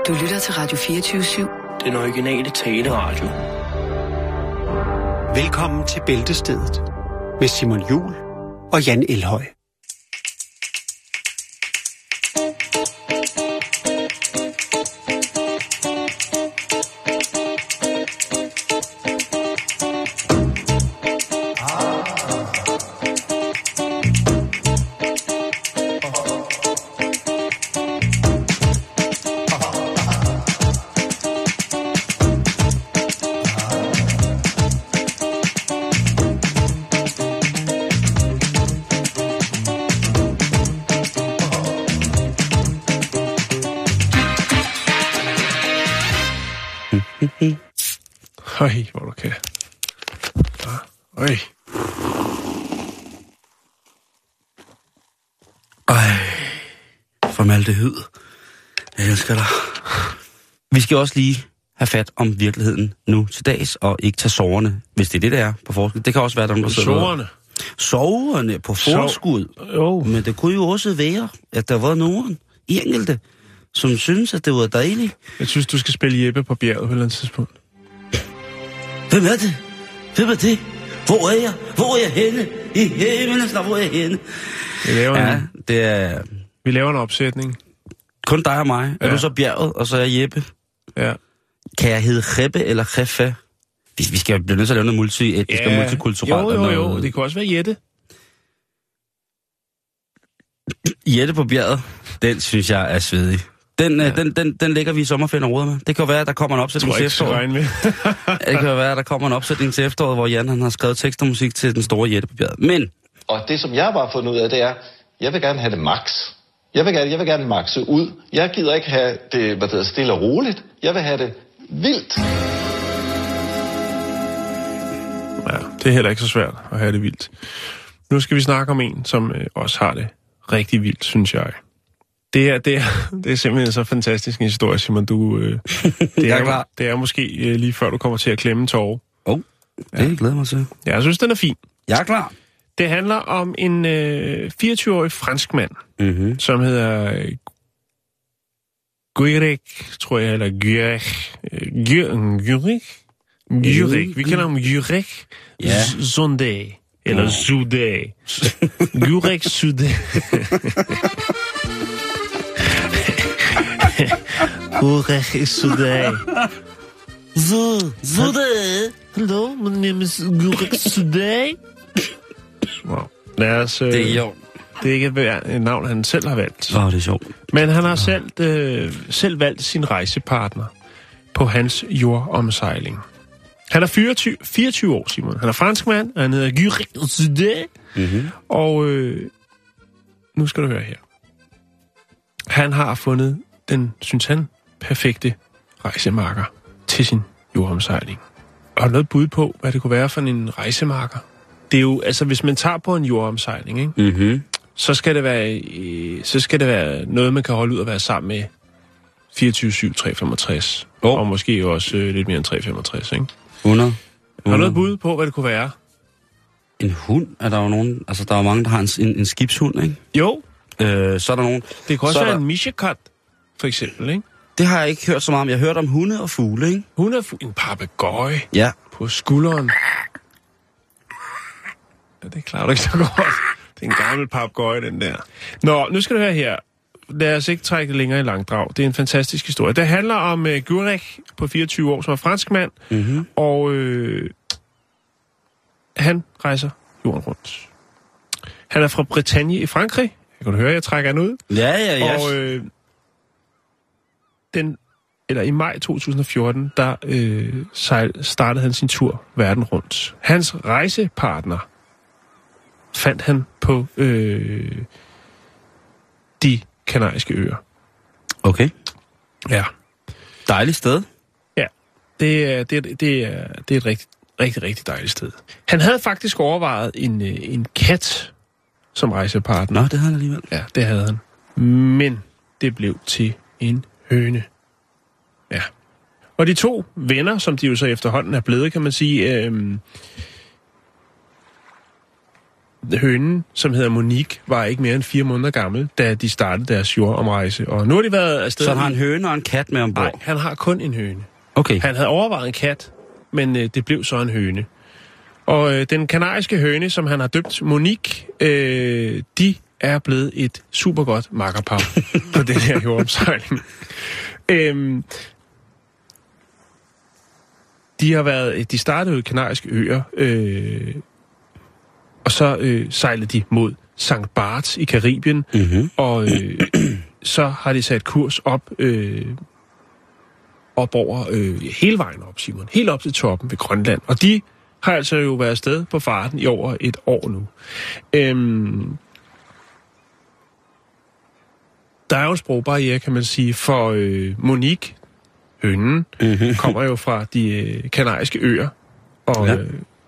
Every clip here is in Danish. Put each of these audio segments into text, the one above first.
Du lytter til Radio 24/7. Den originale taleradio. Velkommen til Bæltestedet med Simon Jul og Jan Elhøj. Øj, hvor du kan. Øj. Formaldehyd. Jeg elsker dig. Vi skal også lige have fat om virkeligheden nu til dags, og ikke tage soverne, hvis det er det, der er på forskud. Det kan også være, der er soverne. Soverne på forskud. Men det kunne jo også være, at der var nogen enkelte, som synes, at det var dejligt. Jeg synes, du skal spille Jeppe på bjerget på et eller andet tidspunkt. Hvem er det? Hvem er det? Hvor er jeg? Hvor er jeg henne? I himlen, hvor er jeg henne? Vi laver en opsætning. Kun dig og mig. Ja. Er du så bjerget, og så er jeg Jeppe? Ja. Kan jeg hedde Jeppe eller Jeffe? Vi skal blive nødt til at lave noget multietnisk og multikulturelt. Jo. Det kan også være Jette. Jette på bjerget, den synes jeg er svedig. Den lægger vi i sommerferien og råder med. Det kan jo være, at der kommer en opsætning til efteråret. Det kan jo være, at der kommer en opsætning til efteråret, hvor Jan han har skrevet tekst og musik til den store Jette på bjerget. Men... Og det, som jeg bare har fundet ud af, det er, jeg vil gerne have det max. Jeg vil gerne maxe ud. Jeg gider ikke have det, stille og roligt. Jeg vil have det vildt. Ja, det er heller ikke så svært at have det vildt. Nu skal vi snakke om en, som også har det rigtig vildt, synes jeg. Det er simpelthen så fantastisk en historie, Simon. Det er måske lige før du kommer til at klemme tårer. Det glæder mig til. Ja, jeg synes, den er fin. Jeg er klar. Det handler om en 24-årig fransk mand, som hedder Guirec, tror jeg, eller Guirec. Vi kender ham Guirec Zondé, eller Zoudé. Guirec Zoudé. Guirec Zoudé. Zoudé. Hello, my name is Guirec Zoudé. Wow. Det er jo. Det er ikke et navn, han selv har valgt. Det er sjovt. Men han har selv valgt sin rejsepartner på hans jordomsejling. Han er 24 år, Simon. Han er franskmand, og han hedder Guirec Zoudé. Og nu skal du høre her. Han har fundet den, synes han, perfekte rejsemarker til sin jordomsejling. Og har noget bud på, hvad det kunne være for en rejsemarker? Det er jo, altså hvis man tager på en jordomsejling, ikke? Så skal det være noget, man kan holde ud og være sammen med 24/7, 365. Og måske også lidt mere end 365, ikke? 100. Har noget bud på, hvad det kunne være? En hund? Er der jo nogen... Altså, der er jo mange, der har en skibshund, ikke? Jo. Så er der nogen... Det kan også være en misjekat, for eksempel, ikke? Det har jeg ikke hørt så meget om. Jeg har hørt om hunde og fugle, ikke? Hunde og fugle. En papegøje. Ja. På skulderen. Ja, det klarer du ikke så godt. Det er en gammel papegøje, den der. Nå, nu skal du høre her. Lad os ikke trække det længere i langdrag. Det er en fantastisk historie. Det handler om Guirec på 24 år, som er fransk mand. Og han rejser jorden rundt. Han er fra Bretagne i Frankrig. Jeg kan høre, jeg trækker han ud. Ja. Og i maj 2014, der startede han sin tur verden rundt. Hans rejsepartner fandt han på de Kanariske Øer. Okay. Ja. Dejligt sted. Ja, det er et rigtig dejligt sted. Han havde faktisk overvejet en kat som rejsepartner. Nå, det havde han alligevel. Ja, det havde han. Men det blev til en høne. Ja. Og de to venner, som de jo så efterhånden er blevet, kan man sige, hønen, som hedder Monique, var ikke mere end 4 måneder gammel, da de startede deres jordomrejse. Og nu har de været afsted... Så han har en høne og en kat med ombord? Nej, han har kun en høne. Okay. Han havde overvejet en kat, men det blev så en høne. Og den kanariske høne, som han har døbt Monique, de er blevet et supergodt makkerpar på den her jordomsejling. De startede jo Kanariske Øer, og så sejlede de mod St. Barts i Karibien, og så har de sat kurs op over hele vejen op, Simon. Helt op til toppen ved Grønland. Og de har altså jo været afsted på farten i over et år nu. Der er jo en sprogbarriere, kan man sige, for Monique, hønen, kommer jo fra de Kanariske Øer. Og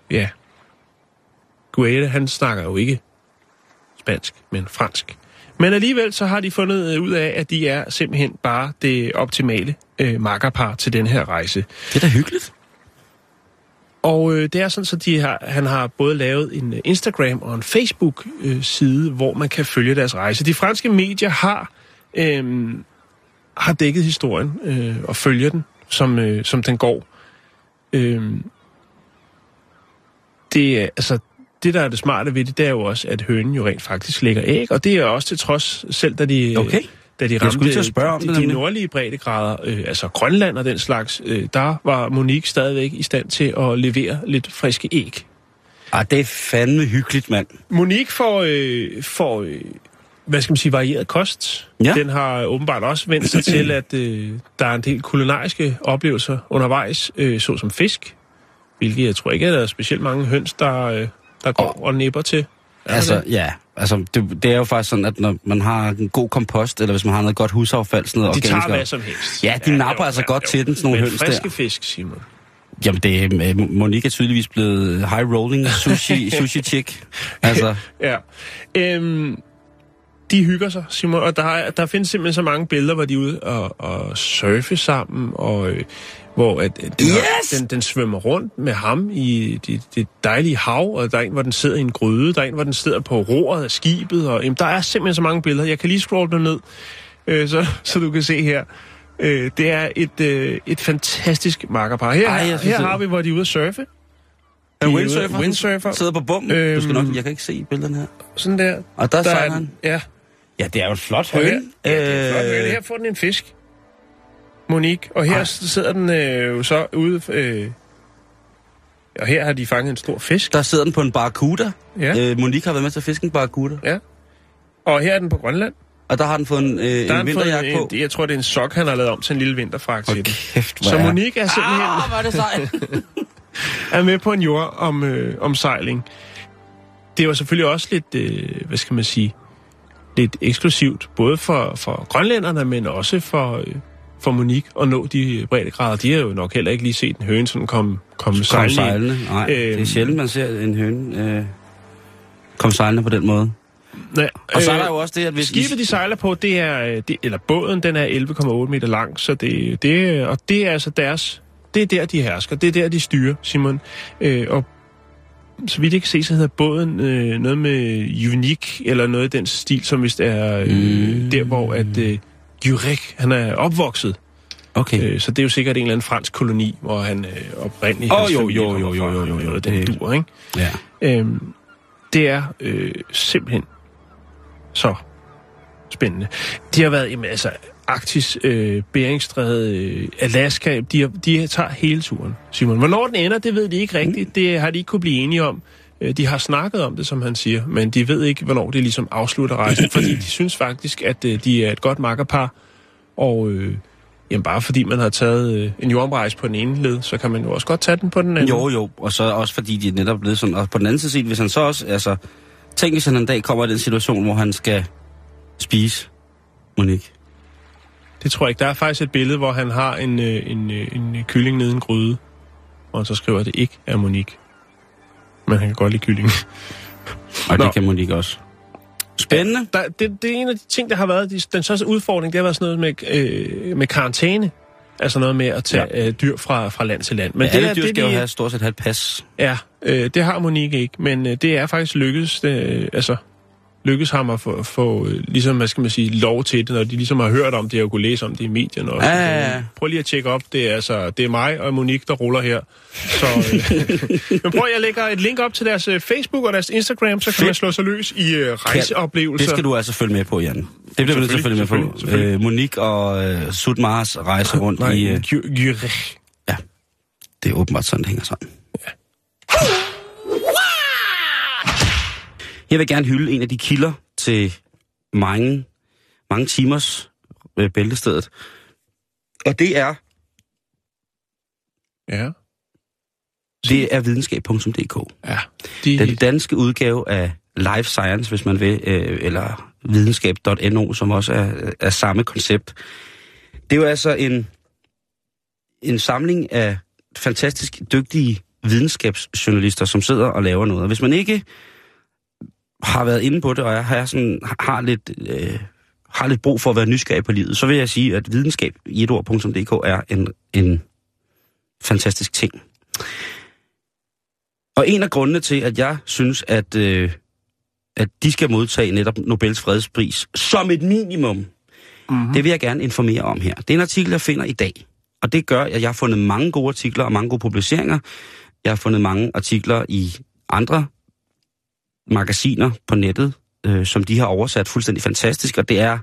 Guede, han snakker jo ikke spansk, men fransk. Men alligevel så har de fundet ud af, at de er simpelthen bare det optimale makkerpar til den her rejse. Det er da hyggeligt. Og det er sådan, så han har både lavet en Instagram og en Facebook-side, hvor man kan følge deres rejse. De franske medier har dækket historien og følger den, som den går. Det, der er det smarte ved det, det er jo også, at hønen jo rent faktisk lægger æg, og det er også til trods, selv da de ramte de nordlige breddegrader, altså Grønland og den slags, der var Monique stadigvæk i stand til at levere lidt friske æg. Det er fandme hyggeligt, mand. Monique får hvad skal man sige, varieret kost. Ja. Den har åbenbart også vendt sig til, at der er en del kulinariske oplevelser undervejs, såsom fisk, hvilket jeg tror ikke, at der er specielt mange høns, der går og nipper til. Det er jo faktisk sådan, at når man har en god kompost, eller hvis man har noget godt husaffald, sådan noget organisk... De tager hvad som helst. Ja, de napper altså godt til den, sådan nogle høns der. Men friske fisk, Simon. Jamen, Monique er tydeligvis blevet high-rolling sushi-chick. Altså. Ja. De hygger sig, Simon, og der findes simpelthen så mange billeder, hvor de er ude og surfe sammen, og hvor den svømmer rundt med ham i det dejlige hav, og der er en, hvor den sidder i en gryde, der er en, hvor den sidder på roret af skibet, og der er simpelthen så mange billeder. Jeg kan lige scrolle dem ned, så du kan se her. Det er et fantastisk makkerpar. Her har vi, hvor de er ude at surfe. Windsurfer. Sidder på bomben. Du skal nok, jeg kan ikke se billederne her. Sådan der. Og der sejler han. Ja. Ja, det er jo en flot høne. Ja, det er en flot høne. Her får den en fisk. Monique. Og her sidder den jo så ude... og her har de fanget en stor fisk. Der sidder den på en barracuda. Ja. Monique har været med til at fiske en barracuda. Ja. Og her er den på Grønland. Og der har den fået en vinterjakke på. Jeg tror, det er en sok, han har lavet om til en lille vinterfrakke til den. Kæft, så Monique er simpelthen... var det sejt. er med på en jordomsejling. Det var selvfølgelig også lidt, hvad skal man sige, lidt eksklusivt, både for grønlænderne, men også for Monique at nå de breddegrader. De har jo nok heller ikke lige set en høne sådan komme sejlende. Nej, det er sjældent, man ser en høne komme sejlende på den måde. Ja, og så er der jo også det, at hvis skibet, de sejler på, eller båden, den er 11,8 meter lang, så det er altså deres... Det er der, de hersker. Det er der, de styrer, Simon. Og så vidt jeg kan se, så hedder båden noget med Unique, eller noget i den stil, som vist er der, hvor at Jurek, han er opvokset. Okay. Så det er jo sikkert en eller anden fransk koloni, hvor han oprindeligt... Jo. Den dur, ikke? Ja. Det er simpelthen så spændende. De har været, Arktis, Beringstrædet, Alaska, de tager hele turen, Simon. Hvornår den ender, det ved de ikke rigtigt. Det har de ikke kunne blive enige om. De har snakket om det, som han siger, men de ved ikke, hvornår det ligesom afslutter rejsen, fordi de synes faktisk, at de er et godt makkerpar, og bare fordi man har taget en jordomrejse på den ene led, så kan man jo også godt tage den på den anden. Jo, og så også fordi de er netop blevet sådan, og på den anden side, hvis han så også, tænk hvis han en dag kommer i den situation, hvor han skal spise Monique. Det tror jeg ikke. Der er faktisk et billede, hvor han har en kylling nede i en gryde, og så skriver, at det ikke er Monique. Men han kan godt lide kylling. Og det kan Monique også. Spændende. Det er en af de ting, der har været den største udfordring, det har været sådan noget med karantæne. Altså noget med at tage dyr fra land til land. Men alle dyr skal jo have stort set halvt pas. Ja, det har Monique ikke, men det er faktisk lykkes ham at få ligesom, hvad skal man sige, lov til det, når de ligesom har hørt om det og kunne læse om det i medierne også. Ja. Prøv lige at tjekke op, det er mig og Monique, der ruller her. Så, men prøv, jeg lægger et link op til deres Facebook og deres Instagram, så kan man slå sig løs i rejseoplevelser. Det skal du altså følge med på, Jan. Det bliver vi nødt til at følge med på. Monique og Sudmars rejse rundt i... Zürich. Ja, det er åbenbart sådan, det hænger sammen. Ja. Jeg vil gerne hylde en af de kilder til mange timers bæltestedet. Og det er... Ja. Det er videnskab.dk. Ja. Den danske udgave af Life Science, hvis man vil, eller videnskab.no, som også er samme koncept. Det er jo altså en samling af fantastisk dygtige videnskabsjournalister, som sidder og laver noget. Og hvis man ikke har været inde på det, og jeg har lidt brug for at være nysgerrig på livet, så vil jeg sige, at videnskab i etord.dk er en fantastisk ting. Og en af grundene til, at jeg synes, at de skal modtage netop Nobels fredspris som et minimum, det vil jeg gerne informere om her. Det er en artikel, jeg finder i dag. Og det gør, at jeg har fundet mange gode artikler og mange gode publiceringer. Jeg har fundet mange artikler i andre magasiner på nettet, som de har oversat fuldstændig fantastisk. Og det er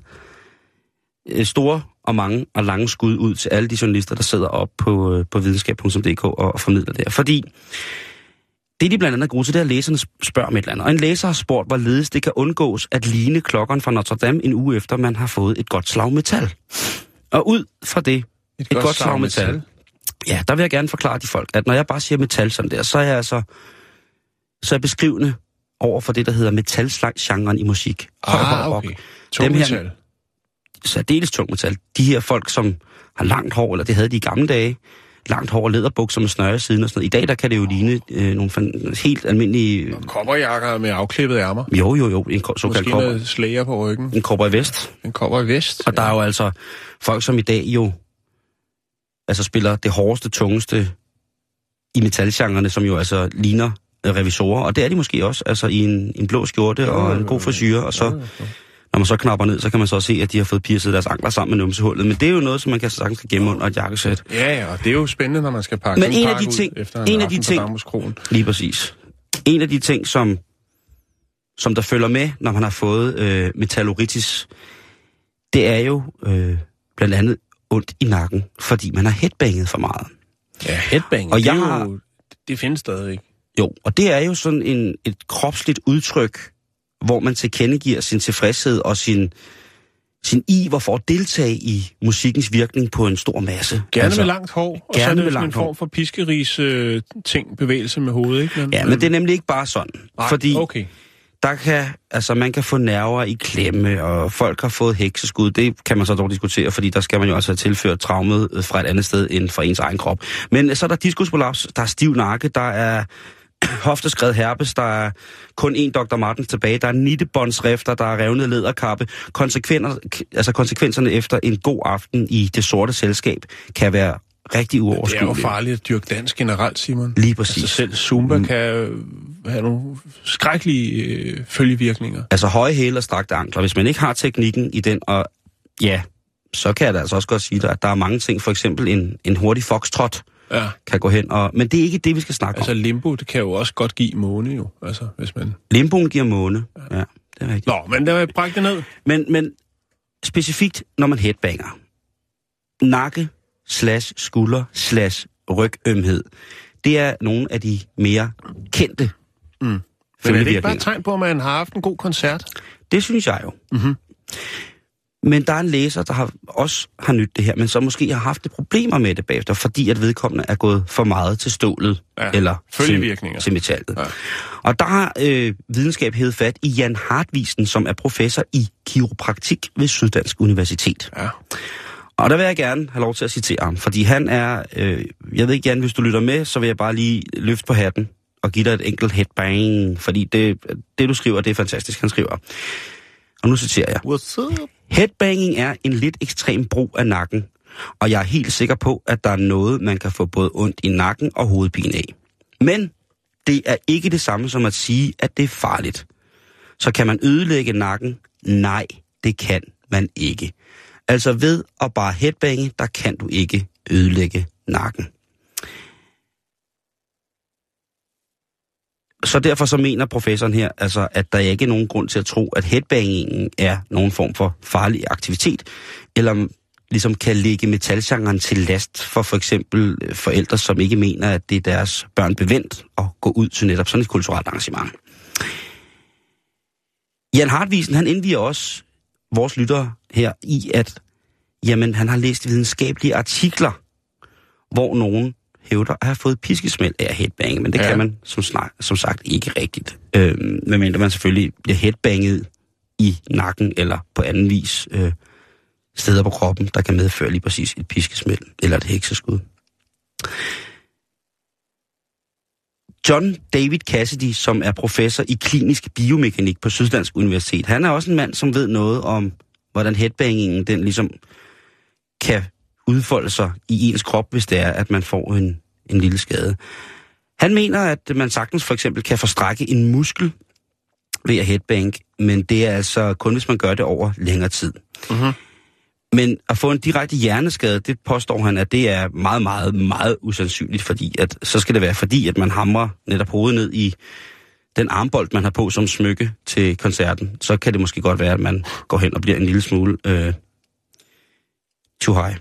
store og mange og lange skud ud til alle de journalister, der sidder op på videnskab.dk og formidler der. Fordi det, de blandt andet er gode til, det er, at læserne spørger om et eller andet. Og en læser har spurgt, hvorledes det kan undgås at ligne klokkeren fra Notre Dame en uge efter, man har fået et godt slag metal. Og ud fra det, et godt slag metal. Ja, der vil jeg gerne forklare de folk, at når jeg bare siger metal sådan der, så er jeg så er beskrivende over for det, der hedder metalgenren i musik. Okay. Tung metal. Særdeles tung metal. De her folk, som har langt hår, eller det havde de i gamle dage, langt hår og læderbukser med snøre siden og sådan noget. I dag, der kan det jo ligne nogle helt almindelige... Kopperjakker med afklippede ærmer. Jo. En såkaldt kopper. Måske slæger på ryggen. En kopper i vest. En kopper i vest. Og der er jo altså folk, som i dag jo altså spiller det hårdeste, tungeste i metalgenrerne, som jo altså ligner revisorer. Og det er de måske også, altså i en blå skjorte og en god frisyre. Og så, når man så knapper ned, så kan man så se, at de har fået piercet deres ankler sammen med numsehullet. Men det er jo noget, som man kan sagtens gemme under et jakkesæt. Ja, og det er jo spændende, når man skal pakke men en af de ting, lige præcis. En af de ting, som der følger med, når man har fået metalluritis, det er jo blandt andet ondt i nakken, fordi man har headbanget for meget. Ja, headbanget, og det findes stadig. Jo, og det er jo sådan et kropsligt udtryk, hvor man tilkendegiver sin tilfredshed og sin iver for at deltage i musikkens virkning på en stor masse. Gerne med langt hår, og så er det en form for piskeris bevægelse med hovedet, ikke? Men det er nemlig ikke bare sådan. Nej, fordi okay. Man kan få nerver i klemme, og folk har fået hekseskud. Det kan man så dog diskutere, fordi der skal man jo også have tilført traumet fra et andet sted end fra ens egen krop. Men så er der diskusprolaps, der er stiv nakke, der er hofteskred herpes, der er kun én Dr. Martens tilbage, der er nittebåndsrifter, der er revnet læderkappe. Konsekvenserne efter en god aften i det sorte selskab kan være rigtig uoverskuelige. Det er jo farligt at dyrke dans generelt, Simon. Lige præcis. Altså selv Zumba kan have nogle skrækkelige følgevirkninger. Altså høje hæle og strakte ankler. Hvis man ikke har teknikken i den, og ja, så kan jeg da altså også godt sige dig, at der er mange ting, for eksempel en hurtig foxtrot, kan gå hen og... Men det er ikke det, vi skal snakke om. Altså limbo, det kan jo også godt give måne jo. Altså, hvis man... Limboen giver måne, ja, det er rigtigt. Nå, men der er bragt det ned. Men specifikt, når man headbanger. Nakke /skulder /rygømhed. Det er nogle af de mere kendte Men er det ikke bare et tegn på, at man har haft en god koncert? Det synes jeg jo. Mm-hmm. Men der er en læser, der også har nydt det her, men så måske har haft det problemer med det bagefter, fordi at vedkommende er gået for meget til stålet eller til metallet. Ja. Og der har videnskab hævet fat i Jan Hartvigsen, som er professor i kiropraktik ved Syddansk Universitet. Ja. Og der vil jeg gerne have lov til at citere ham, fordi han er, jeg ved ikke, Jan, hvis du lytter med, så vil jeg bare lige løfte på hatten og give dig et enkelt headbang, fordi det du skriver, det er fantastisk, han skriver. Og nu citerer jeg. What's up? Headbanging er en lidt ekstrem brug af nakken, Og jeg er helt sikker på, at der er noget, man kan få både ondt i nakken og hovedpine af. Men det er ikke det samme som at sige, at det er farligt. Så kan man ødelægge nakken? Nej, det kan man ikke. Altså ved at bare headbange, der kan du ikke ødelægge nakken. Så derfor så mener professoren her, altså, at der ikke er nogen grund til at tro, at headbangingen er nogen form for farlig aktivitet, eller ligesom kan lægge metalgenren til last for eksempel forældre, som ikke mener, at det er deres børn bevendt at gå ud til netop sådan et kulturelt arrangement. Jan Hartvigsen, han indviger også vores lyttere her i, at jamen, han har læst videnskabelige artikler, hvor nogen hævder at have fået piskesmæld af headbange, men det kan man som sagt ikke rigtigt. Medmindre man selvfølgelig bliver headbanget i nakken eller på anden vis steder på kroppen, der kan medføre lige præcis et piskesmæld eller et hekseskud. John David Cassidy, som er professor i klinisk biomekanik på Syddansk Universitet, han er også en mand, som ved noget om, hvordan headbangingen den ligesom kan udfolde sig i ens krop, hvis det er, at man får en lille skade. Han mener, at man sagtens for eksempel kan forstrække en muskel ved at headbang, men det er altså kun, hvis man gør det over længere tid. Uh-huh. Men at få en direkte hjerneskade, det påstår han, at det er meget, meget, meget usandsynligt, fordi at, så skal det være fordi, at man hamrer netop hovedet ned i den armbold, man har på som smykke til koncerten. Så kan det måske godt være, at man går hen og bliver en lille smule too high.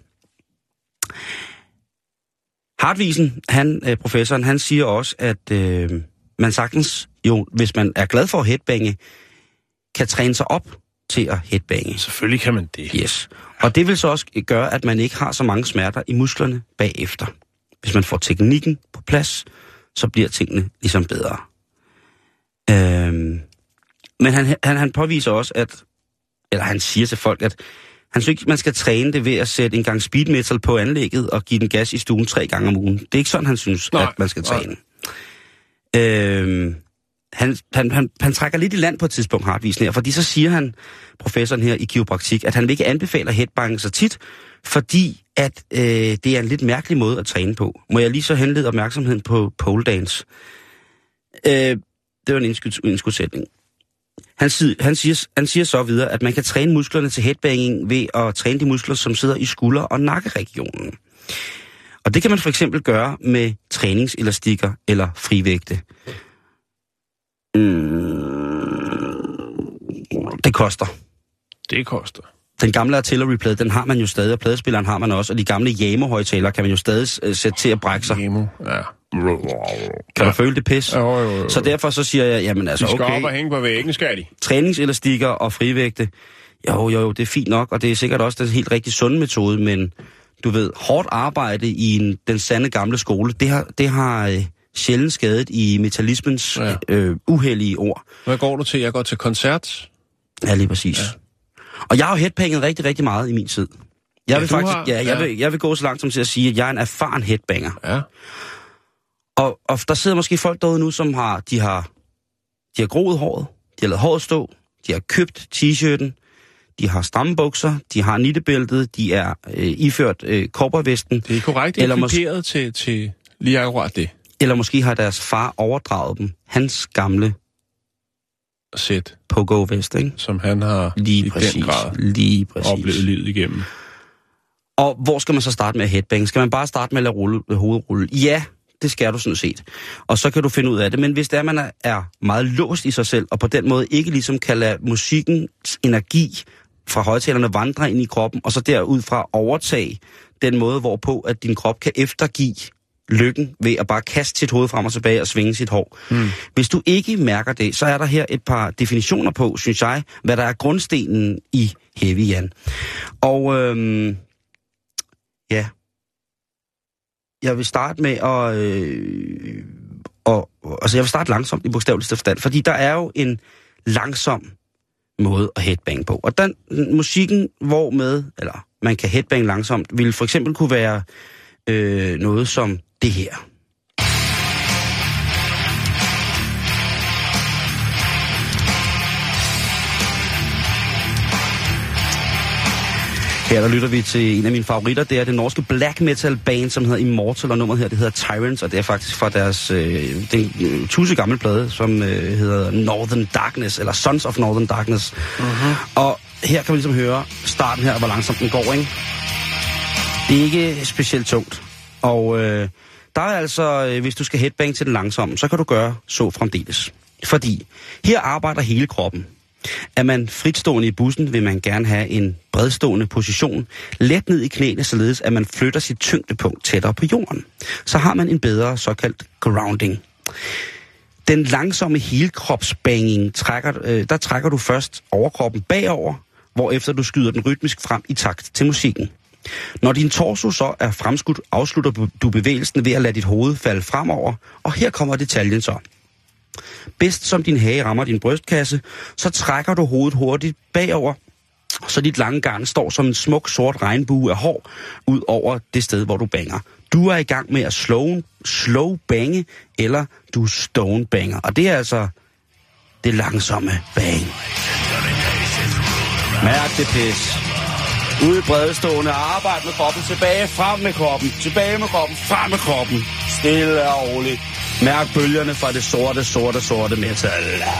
Hartvigsen, professoren, han siger også, at man sagtens, jo, hvis man er glad for at headbange, kan træne sig op til at headbange. Selvfølgelig kan man det. Yes. Og det vil så også gøre, at man ikke har så mange smerter i musklerne bagefter. Hvis man får teknikken på plads, så bliver tingene ligesom bedre. Men han påviser også, eller han siger til folk, at han synes ikke, man skal træne det ved at sætte en gang speed metal på anlægget og give den gas i stuen 3 gange om ugen. Det er ikke sådan, han synes, at man skal træne. Han trækker lidt i land på et tidspunkt, Hartvigsen her, fordi så siger han, professoren her i kiropraktik, at han ikke anbefaler headbange så tit, fordi at det er en lidt mærkelig måde at træne på. Må jeg lige så henlede opmærksomheden på pole dance? Det var en indskudsætning. Han siger så videre, at man kan træne musklerne til headbanging ved at træne de muskler, som sidder i skulder- og nakkeregionen. Og det kan man for eksempel gøre med træningselastikker eller frivægte. Det koster. Det koster. Den gamle artilleryplade, den har man jo stadig, og pladespilleren har man også, og de gamle Yamo-højtalere kan man jo stadig sætte til at brække sig. Yamo, ja. Kan du føle det pis? Jo. Så derfor så siger jeg, jamen altså okay. De skal op og hænge på væggen, skal de. Træningselastikker og frivægte, jo, det er fint nok, og det er sikkert også den helt rigtig sunde metode, men du ved, hårdt arbejde i den sande gamle skole, det har sjældent skadet i metalismens uheldige ord. Hvad går du til? Jeg går til koncert. Ja, lige præcis. Ja. Og jeg har jo headbanget rigtig, rigtig meget i min tid. Jeg vil gå så langt som til at sige, at jeg er en erfaren headbanger. Ja. Og der sidder måske folk derude nu, som de har groet håret, de har lavet håret stå, de har købt t-shirten, de har stramme bukser, de har nittebæltet, de er iført cowboyvesten. Det er korrekt ekviperet til lige akkurat det. Eller måske har deres far overdraget dem hans gamle sæt pogo-vest, ikke? Som han har lige præcis oplevet livet igennem. Og hvor skal man så starte med at headbang? Skal man bare starte med at lade hovedrulle? Ja, det skal du sådan set. Og så kan du finde ud af det. Men hvis det er, man er meget låst i sig selv, og på den måde ikke ligesom kan lade musikkens energi fra højtalerne vandre ind i kroppen, og så derudfra overtage den måde, hvorpå at din krop kan eftergive lykken ved at bare kaste sit hoved frem og tilbage og svinge sit hår. Hvis du ikke mærker det, så er der her et par definitioner på, synes jeg, hvad der er grundstenen i heavy, Jan. Og jeg vil starte med jeg vil starte langsomt i bogstaveligste forstand, fordi der er jo en langsom måde at headbang på. Og den musikken, eller man kan headbang langsomt, vil for eksempel kunne være noget som det her. Her der lytter vi til en af mine favoritter. Det er det norske black metal band, som hedder Immortal, og nummeret her, det hedder Tyrants, og det er faktisk fra deres den tusind gamle plade, som hedder Northern Darkness, eller Sons of Northern Darkness. Uh-huh. Og her kan vi ligesom høre starten her, hvor langsomt den går, ikke? Det er ikke specielt tungt. Og der er altså, hvis du skal headbang til den langsomme, så kan du gøre så fremdeles. Fordi her arbejder hele kroppen. Er man fritstående i bussen, vil man gerne have en bredstående position, let ned i knæene, således at man flytter sit tyngdepunkt tættere på jorden. Så har man en bedre såkaldt grounding. Den langsomme helkropsbanging, der trækker du først overkroppen bagover, hvorefter du skyder den rytmisk frem i takt til musikken. Når din torso så er fremskudt, afslutter du bevægelsen ved at lade dit hoved falde fremover, og her kommer detaljen så. Bedst som din hage rammer din brystkasse, så trækker du hovedet hurtigt bagover, så dit lange garn står som en smuk sort regnbue af hår ud over det sted, hvor du banger. Du er i gang med at slow bange, eller du stone banger. Og det er altså det langsomme bang. Mærk det pis. Ude bredestående, arbejde med kroppen, tilbage, frem med kroppen, tilbage med kroppen, frem med kroppen. Stille og roligt. Mærk bølgerne fra det sorte metal.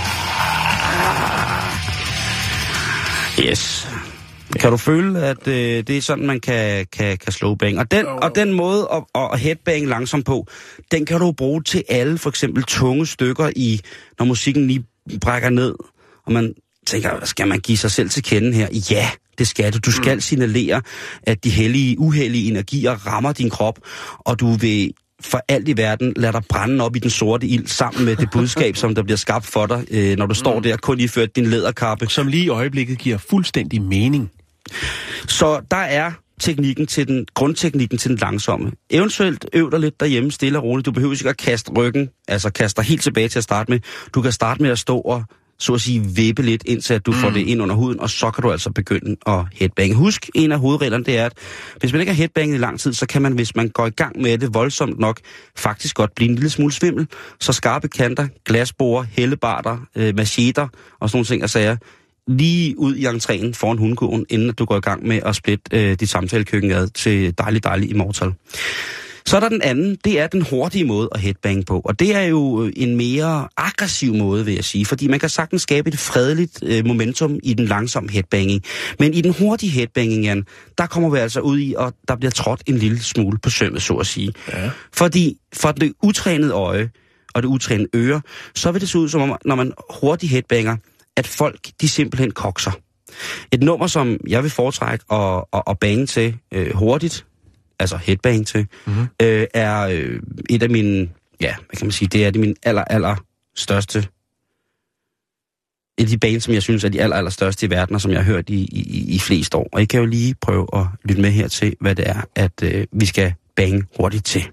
Yes. Kan du føle, at det er sådan, man kan slow bang? Og den måde at headbang langsomt på, den kan du bruge til alle, for eksempel tunge stykker når musikken lige brækker ned, og man tænker, skal man give sig selv til kende her? Ja, det skal du. Du skal signalere, at de uheldige energier rammer din krop, og du vil for alt i verden lad dig brænde op i den sorte ild sammen med det budskab, som der bliver skabt for dig, når du står der kun iført din læderkappe. Som lige i øjeblikket giver fuldstændig mening. Så der er grundteknikken til den langsomme. Eventuelt øv dig lidt derhjemme, stille og roligt. Du behøver ikke at kaste ryggen, altså kaste dig helt tilbage til at starte med. Du kan starte med at stå og så at sige vippe lidt, indtil at du får det ind under huden, og så kan du altså begynde at headbange. Husk, en af hovedreglerne, det er, at hvis man ikke har headbanget i lang tid, så kan man, hvis man går i gang med det voldsomt nok, faktisk godt blive en lille smule svimmel. Så skarpe kanter, glasborer, hellebarter, macheter og sådan nogle ting og sager, lige ud i entréen foran hundegården, inden at du går i gang med at splitte dit samtalekøkken ad til dejlig Immortal. Så er der den anden, det er den hurtige måde at headbang på. Og det er jo en mere aggressiv måde, vil jeg sige. Fordi man kan sagtens skabe et fredeligt momentum i den langsomme headbanging. Men i den hurtige headbanging, Jan, der kommer vi altså ud i, og der bliver trådt en lille smule på sømmet, så at sige. Ja. Fordi for det utrænede øje og det utrænede øre, så vil det se ud som om, når man hurtigt headbanger, at folk, de simpelthen kokser. Et nummer, som jeg vil foretrække at bange til hurtigt, altså headbang til, er et af mine, ja, hvad kan man sige, det er min aller største, et af de bands, som jeg synes er de aller største i verden, og som jeg har hørt i flest år. Og I kan jo lige prøve at lytte med her til, hvad det er, at vi skal bange hurtigt til.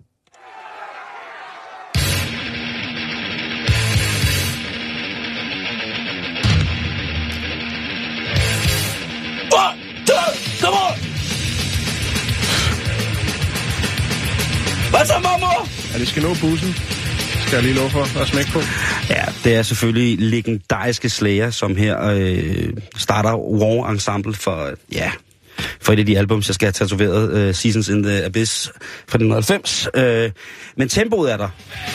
Hvad så, mormor? Ja, det skal nå bussen. Skal jeg lige love for at smække på? Ja, det er selvfølgelig legendariske Slayer, som her starter War Ensemble for et af de albums, jeg skal have tatoveret, Seasons in the Abyss fra 1990. Men tempoet er der.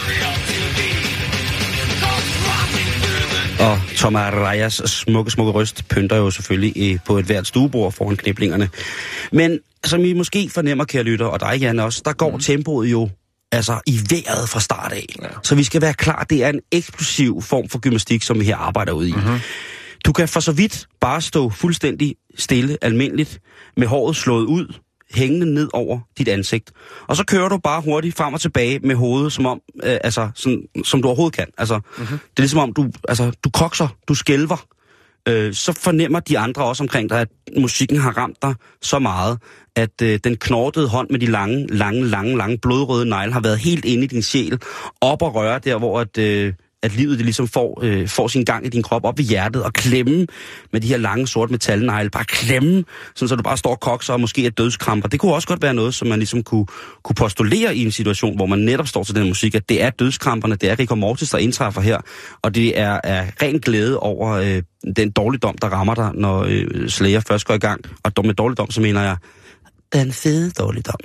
Og Tom Arayas smukke røst pynter jo selvfølgelig på et hvert stuebord foran kniblingerne. Men som I måske fornemmer, kære lytter, og dig, Jan, også, der går tempoet jo altså i vejret fra start af. Ja. Så vi skal være klar, det er en eksplosiv form for gymnastik, som vi her arbejder ude i. Du kan for så vidt bare stå fuldstændig stille, almindeligt, med håret slået ud, hængende ned over dit ansigt. Og så kører du bare hurtigt frem og tilbage med hovedet, som om, som du overhovedet kan. Altså, det er ligesom om, du kokser, du skælver. Så fornemmer de andre også omkring dig, at musikken har ramt dig så meget, at den knortede hånd med de lange blodrøde negle har været helt inde i din sjæl, op og røre der, hvor at livet det ligesom får sin gang i din krop op ved hjertet, og klemme med de her lange sorte metalnegle, bare klemme, sådan så du bare står og kokser og måske er dødskramper. Det kunne også godt være noget, som man ligesom kunne postulere i en situation, hvor man netop står til den musik, at det er dødskramperne, det er rigor mortis, der indtræffer her, og det er ren glæde over den dårligdom, der rammer dig, når Slayer først går i gang. Og med dårligdom, så mener jeg, den fede dårligdom.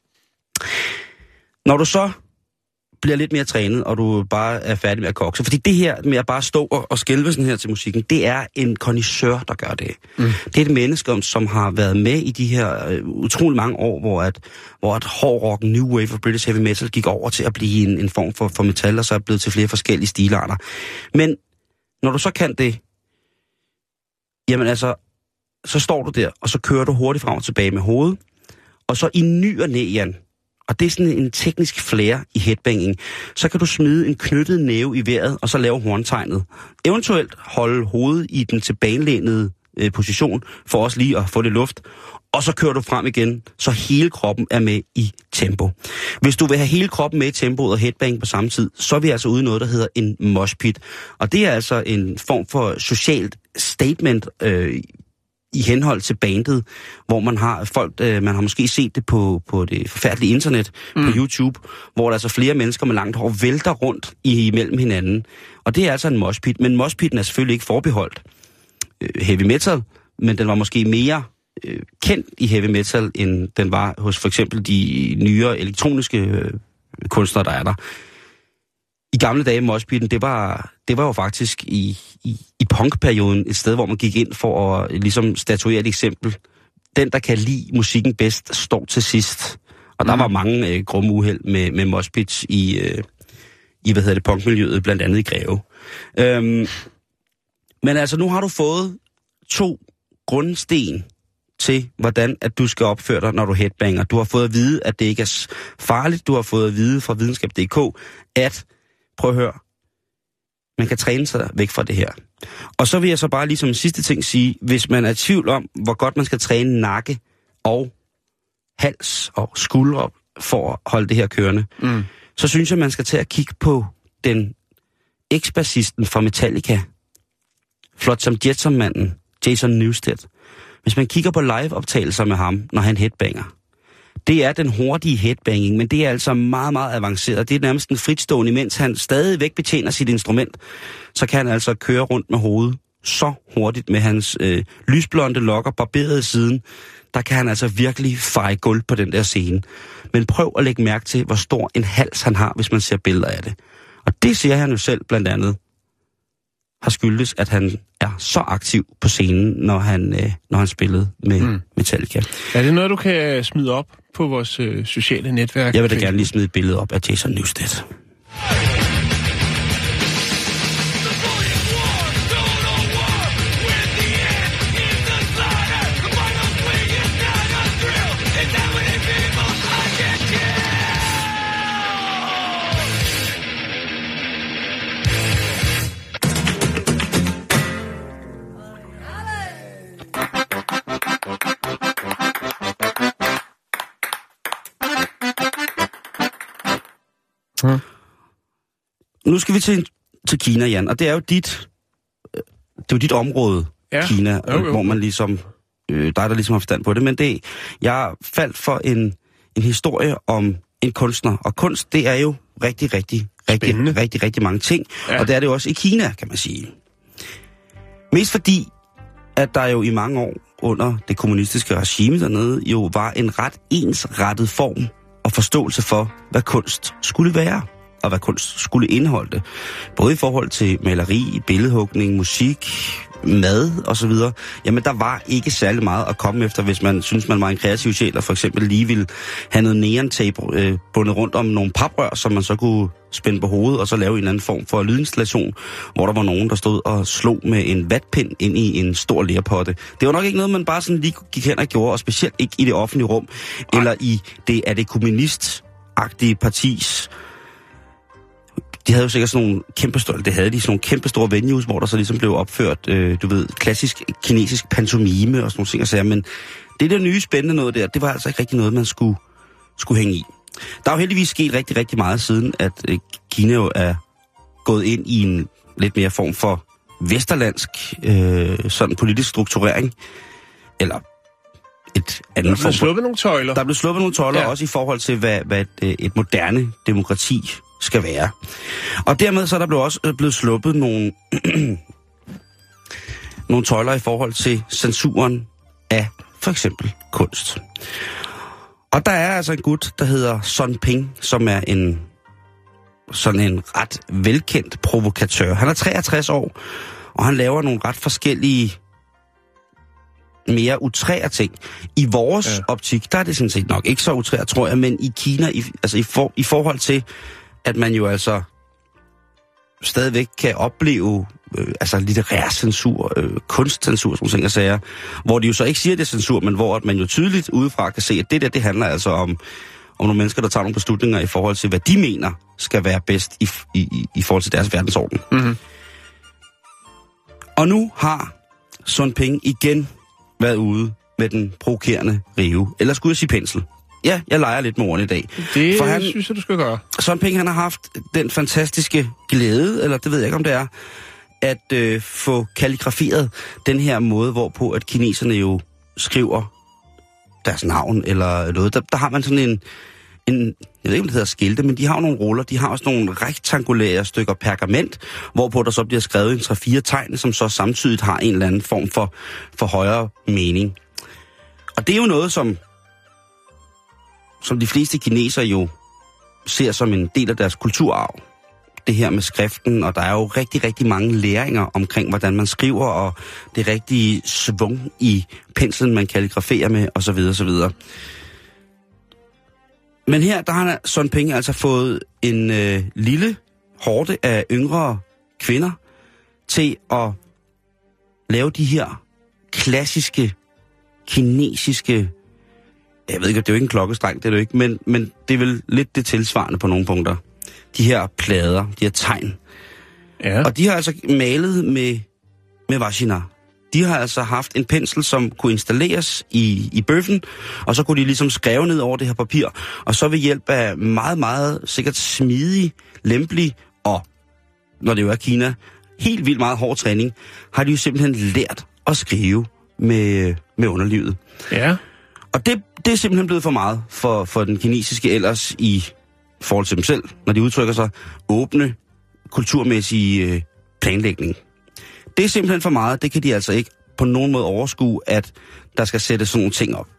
Når du så bliver lidt mere trænet, og du bare er færdig med at kokse. Fordi det her med at bare stå og skælve sådan her til musikken, det er en kondisør, der gør det. Det er et menneske, som har været med i de her utrolig mange år, hvor at hård rock, new wave og British heavy metal gik over til at blive en form for metal, og så er blevet til flere forskellige stilarter. Men når du så kan det, jamen altså, så står du der, og så kører du hurtigt frem og tilbage med hovedet, og så i ny og næ, Jan, og det er sådan en teknisk flair i headbanging, så kan du smide en knyttet næve i vejret, og så lave horntegnet. Eventuelt holde hovedet i den tilbagelænede position, for også lige at få det luft, og så kører du frem igen, så hele kroppen er med i tempo. Hvis du vil have hele kroppen med i tempoet og headbang på samme tid, så er vi altså ude i noget, der hedder en moshpit. Og det er altså en form for socialt statement i henhold til bandet, hvor man har folk, man har måske set det på det forfærdelige internet, på YouTube, hvor der altså flere mennesker med langt hår vælter rundt imellem hinanden. Og det er altså en moshpit, men moshpitten er selvfølgelig ikke forbeholdt heavy metal, men den var måske mere kendt i heavy metal, end den var hos for eksempel de nyere elektroniske kunstnere, der er der. I gamle dage, moshpitten, det var jo faktisk i punkperioden et sted, hvor man gik ind for at ligesom statuere et eksempel. Den, der kan lide musikken bedst, står til sidst. Og der var mange grumme uheld med moshpits i punkmiljøet, blandt andet i Greve. Men altså, nu har du fået 2 grundsten til, hvordan at du skal opføre dig, når du headbanger. Du har fået at vide, at det ikke er farligt. Du har fået at vide fra videnskab.dk, at, prøv at høre, man kan træne sig væk fra det her. Og så vil jeg så bare lige som en sidste ting sige, hvis man er i tvivl om, hvor godt man skal træne nakke og hals og skuldre for at holde det her kørende, så synes jeg, man skal til at kigge på den eks-bassisten fra Metallica, Flotsam Jetsam-manden, Jason Newsted. Hvis man kigger på live-optagelser med ham, når han headbanger, det er den hurtige headbanging, men det er altså meget, meget avanceret. Det er nærmest en fritstående, mens han stadigvæk betjener sit instrument, så kan han altså køre rundt med hovedet så hurtigt med hans lysblonde lokker barberet siden. Der kan han altså virkelig feje gulv på den der scene. Men prøv at lægge mærke til, hvor stor en hals han har, hvis man ser billeder af det. Og det siger han jo selv blandt andet har skyldes, at han er så aktiv på scenen, når han spillede med Metallica. Er det noget, du kan smide op på vores sociale netværk? Jeg vil da gerne lige smide et billede op af Jason Newsted. Nu skal vi til Kina, Jan, og det er jo dit område, ja. Kina, hvor man ligesom, der ligesom har forstand på det, men jeg faldt for en historie om en kunstner, og kunst, det er jo rigtig mange ting, ja. Og det er det jo også i Kina, kan man sige. Mest fordi, at der jo i mange år under det kommunistiske regime dernede, jo var en ret ensrettet form og forståelse for, hvad kunst skulle være, og hvad kunst skulle indeholde. Både i forhold til maleri, billedhugning, musik, mad osv. Jamen, der var ikke særlig meget at komme efter, hvis man synes, man var en kreativ sjæl, og for eksempel lige ville have noget neontape bundet rundt om nogle paprør, som man så kunne spænde på hovedet, og så lave en eller anden form for lydinstallation, hvor der var nogen, der stod og slog med en vatpind ind i en stor lerpotte. Det var nok ikke noget, man bare sådan lige gik hen og gjorde, og specielt ikke i det offentlige rum, eller i det kommunistagtige partis. De havde jo sikkert sådan nogle kæmpestore venues, hvor der så ligesom blev opført, klassisk kinesisk pantomime og sådan nogle ting og sager, men det der nye spændende noget der, det var altså ikke rigtig noget, man skulle hænge i. Der er jo heldigvis sket rigtig meget siden, at Kina jo er gået ind i en lidt mere form for vesterlandsk sådan politisk strukturering, eller et andet form. Der blev sluppet nogle tøjler. Der blev sluppet nogle tøjler, også i forhold til, hvad et moderne demokrati skal være. Og dermed så er der også blevet sluppet nogle, nogle tøjler i forhold til censuren af for eksempel kunst. Og der er altså en gut, der hedder Son Ping, som er sådan en ret velkendt provokatør. Han er 63 år, og han laver nogle ret forskellige mere utrære ting. I vores optik, der er det sådan set nok ikke så utrære, tror jeg, men i Kina, i forhold til, at man jo altså stadigvæk kan opleve litterær censur, kunstcensur, som ting og sager, hvor de jo så ikke siger, det er censur, men hvor man jo tydeligt udefra kan se, at det handler altså om nogle mennesker, der tager nogle beslutninger i forhold til, hvad de mener skal være bedst i forhold til deres verdensorden. Mm-hmm. Og nu har Son Ping igen været ude med den provokerende rive. Eller skulle jeg sige pensel? Ja, jeg leger lidt med ordene i dag. Det synes jeg, du skal gøre. Son Ping, han har haft den fantastiske glæde, eller det ved jeg ikke, om det er, at få kalligraferet den her måde, hvorpå at kineserne jo skriver deres navn eller noget. Der har man sådan en jeg ved ikke, om det hedder skilte, men de har jo nogle ruller. De har også nogle rektangulære stykker pergament, hvorpå der så bliver skrevet en 3-4 tegn, som så samtidig har en eller anden form for højere mening. Og det er jo noget, som de fleste kinesere jo ser som en del af deres kulturarv. Det her med skriften, og der er jo rigtig, rigtig mange læringer omkring, hvordan man skriver, og det rigtige svung i penslen, man kalligraferer med, osv. osv. Men her, der har Son Ping altså fået en lille horde af yngre kvinder til at lave de her klassiske, kinesiske, jeg ved ikke, det er jo ikke en klokkestreng, det er det jo ikke, men det er vel lidt det tilsvarende på nogle punkter. De her plader, de her tegn. Ja. Og de har altså malet med Vashina. De har altså haft en pensel, som kunne installeres i bøffen, og så kunne de ligesom skrive ned over det her papir, og så ved hjælp af meget, meget sikkert smidig, lempelig, og når det jo er Kina, helt vildt meget hård træning, har de jo simpelthen lært at skrive med underlivet. Ja. Og det er simpelthen blevet for meget for den kinesiske ellers i forhold til dem selv, når de udtrykker sig åbne, kulturmæssige planlægning. Det er simpelthen for meget. Det kan de altså ikke på nogen måde overskue, at der skal sættes sådan nogle ting op.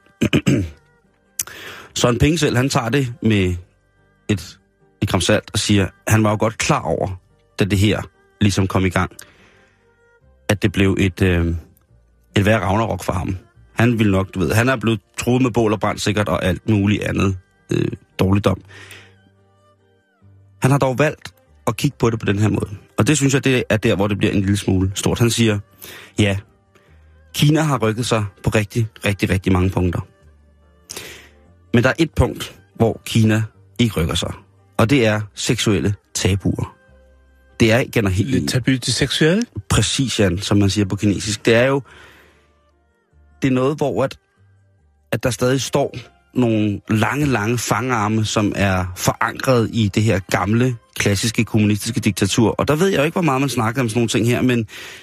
Son Ping selv, han tager det med et gram salt og siger, han var jo godt klar over, da det her ligesom kom i gang, at det blev et værre ragnarok for ham. Han ville nok, han er blevet truet med bål og brand sikkert og alt muligt andet dårligdom. Han har dog valgt at kigge på det på den her måde. Og det synes jeg, det er der, hvor det bliver en lille smule stort. Han siger, ja, Kina har rykket sig på rigtig, rigtig, rigtig mange punkter. Men der er et punkt, hvor Kina ikke rykker sig. Og det er seksuelle tabuer. Det er ikke helt... Tabu til seksuelle? Præcis, Jan, som man siger på kinesisk. Det er jo... Det er noget, hvor at der stadig står nogle lange fangarme, som er forankret i det her gamle, klassiske kommunistiske diktatur. Og der ved jeg jo ikke, hvor meget man snakker om sådan nogle ting her, men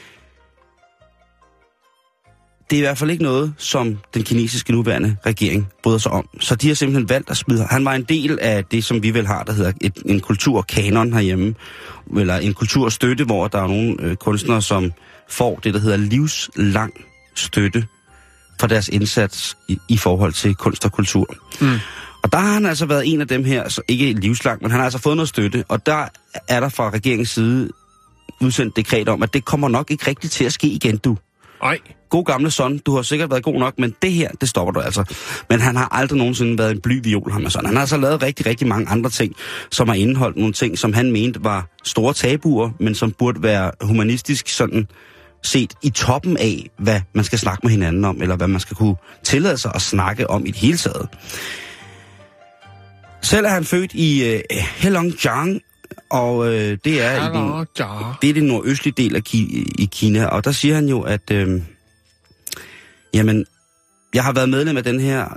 det er i hvert fald ikke noget, som den kinesiske nuværende regering bryder sig om. Så de har simpelthen valgt at smide. Han var en del af det, som vi vel har, der hedder en kulturkanon herhjemme, eller en kulturstøtte, hvor der er nogle kunstnere, som får det, der hedder livslang støtte for deres indsats i forhold til kunst og kultur. Mm. Og der har han altså været en af dem her, så ikke livslang, men han har altså fået noget støtte, og der er der fra regeringens side udsendt dekret om, at det kommer nok ikke rigtigt til at ske igen, du. Ej. God gamle Son, du har sikkert været god nok, men det her, det stopper du altså. Men han har aldrig nogensinde været en bly viol, ham og sådan. Han har altså lavet rigtig, rigtig mange andre ting, som har indeholdt nogle ting, som han mente var store tabuer, men som burde være humanistisk sådan set i toppen af, hvad man skal snakke med hinanden om, eller hvad man skal kunne tillade sig at snakke om i det hele taget. Selv er han født i Heilongjiang, og det er det nordøstlige del af i Kina, og der siger han jo, at jamen, jeg har været medlem af den her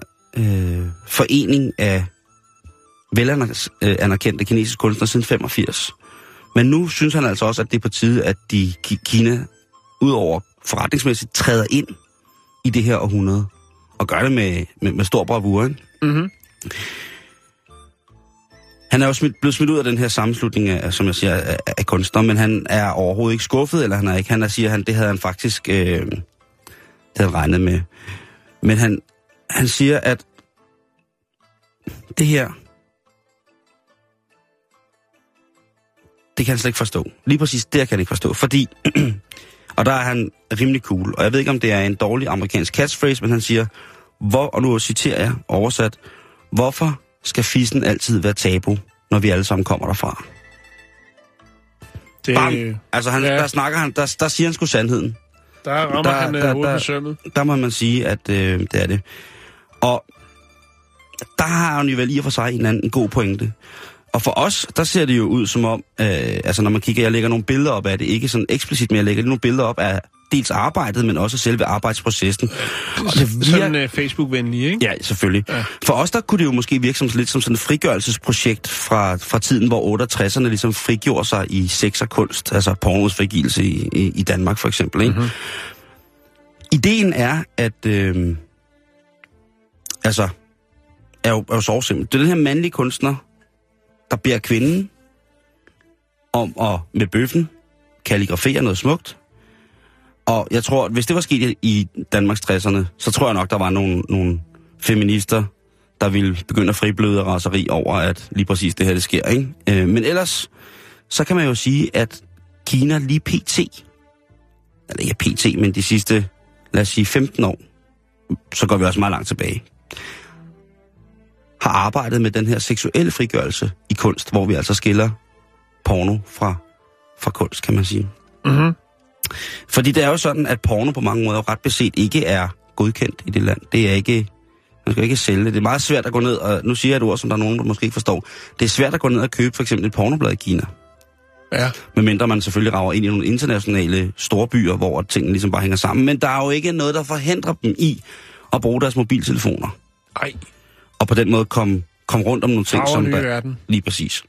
forening af velanerkendte kinesiske kunstnere siden 85. Men nu synes han altså også, at det er på tide, at Kina udover forretningsmæssigt træder ind i det her århundrede. Og gør det med stor bravur, ikke? Mm-hmm. Han er jo blevet smidt ud af den her sammenslutning af, som jeg siger, af kunstnere, men han er overhovedet ikke skuffet, eller han er ikke. Han siger, det havde han faktisk det havde regnet med. Men han siger, at det her, det kan han slet ikke forstå. Lige præcis det kan han ikke forstå, fordi, og der er han rimelig cool, og jeg ved ikke, om det er en dårlig amerikansk catchphrase, men han siger, og nu citerer jeg oversat, hvorfor skal fissen altid være tabu, når vi alle sammen kommer derfra? Bam! Altså, der siger han sgu sandheden. Der rammer han hovedet på sømmet. Der må man sige, at det er det. Og der har han jo vel i og for sig en god pointe. Og for os, der ser det jo ud som om, altså når man kigger, jeg lægger nogle billeder op af det, ikke sådan eksplicit, men jeg lægger nogle billeder op af dels arbejdet, men også selve arbejdsprocessen. Og det sådan Facebook-venlige, ikke? Ja, selvfølgelig. Ja. For os, der kunne det jo måske virke som lidt som sådan et frigørelsesprojekt fra tiden, hvor 68'erne ligesom frigjorde sig i sex og kunst, altså pornos frigivelse i Danmark for eksempel, ikke? Mm-hmm. Ideen er, at er jo så simpelt. Det er den her mandlige kunstner, der beder kvinden om at med bøffen kalligrafere noget smukt. Og jeg tror, at hvis det var sket i Danmarks 60'erne, så tror jeg nok, der var nogle feminister, der ville begynde at fribløde raseri over, at lige præcis det her, det sker, ikke? Men ellers, så kan man jo sige, at Kina lige pt, eller ikke pt, men de sidste, lad os sige 15 år, så går vi også meget langt tilbage, har arbejdet med den her seksuelle frigørelse i kunst, hvor vi altså skiller porno fra kunst, kan man sige. Mhm. Fordi det er jo sådan, at porno på mange måder ret beset ikke er godkendt i det land. Det er ikke, man skal ikke sælge det. Det er meget svært at gå ned, og nu siger jeg et ord, som der er nogen, der måske ikke forstår. Det er svært at gå ned og købe for eksempel et pornoblad i Kina. Ja. Medmindre man selvfølgelig rager ind i nogle internationale store byer, hvor tingene ligesom bare hænger sammen. Men der er jo ikke noget, der forhindrer dem i at bruge deres mobiltelefoner. Ej. Og på den måde komme rundt om nogle ting, som der... Verden. Lige præcis.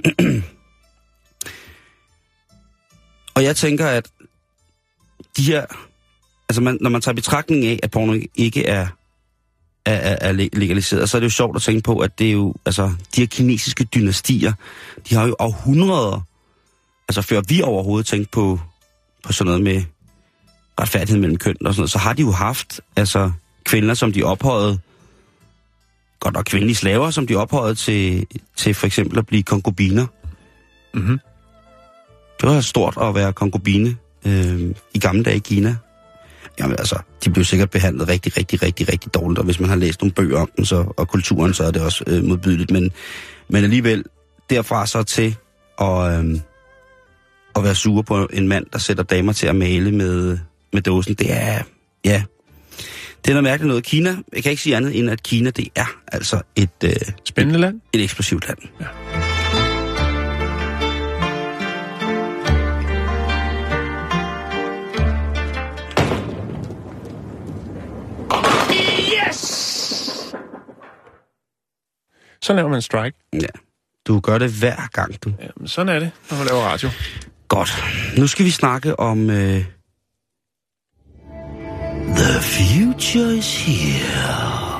Og jeg tænker, at de her... Altså, når man tager betragtning af, at porno ikke er legaliseret, så er det jo sjovt at tænke på, at det er jo... Altså, de her kinesiske dynastier, de har jo århundreder... Altså, før vi overhovedet tænkte på sådan noget med retfærdighed mellem køn og sådan noget, så har de jo haft, altså, kvinder, som de ophøjede... Godt nok kvindelige slaver, som de ophøjede til for eksempel at blive konkubiner. Mhm. Det var stort at være konkubine i gamle dage i Kina. Jamen altså, de blev sikkert behandlet rigtig, rigtig, rigtig, rigtig dårligt, og hvis man har læst nogle bøger om den og kulturen, så er det også modbydeligt. Men alligevel, derfra så til at være sur på en mand, der sætter damer til at male med dåsen, det er, ja, det er noget mærkeligt noget. Kina, jeg kan ikke sige andet end, at Kina, det er altså et... spændende land. Et eksplosivt land. Ja. Så laver man en strike. Ja, du gør det hver gang, du. Jamen, sådan er det, når man laver radio. Godt. Nu skal vi snakke om... The future is here.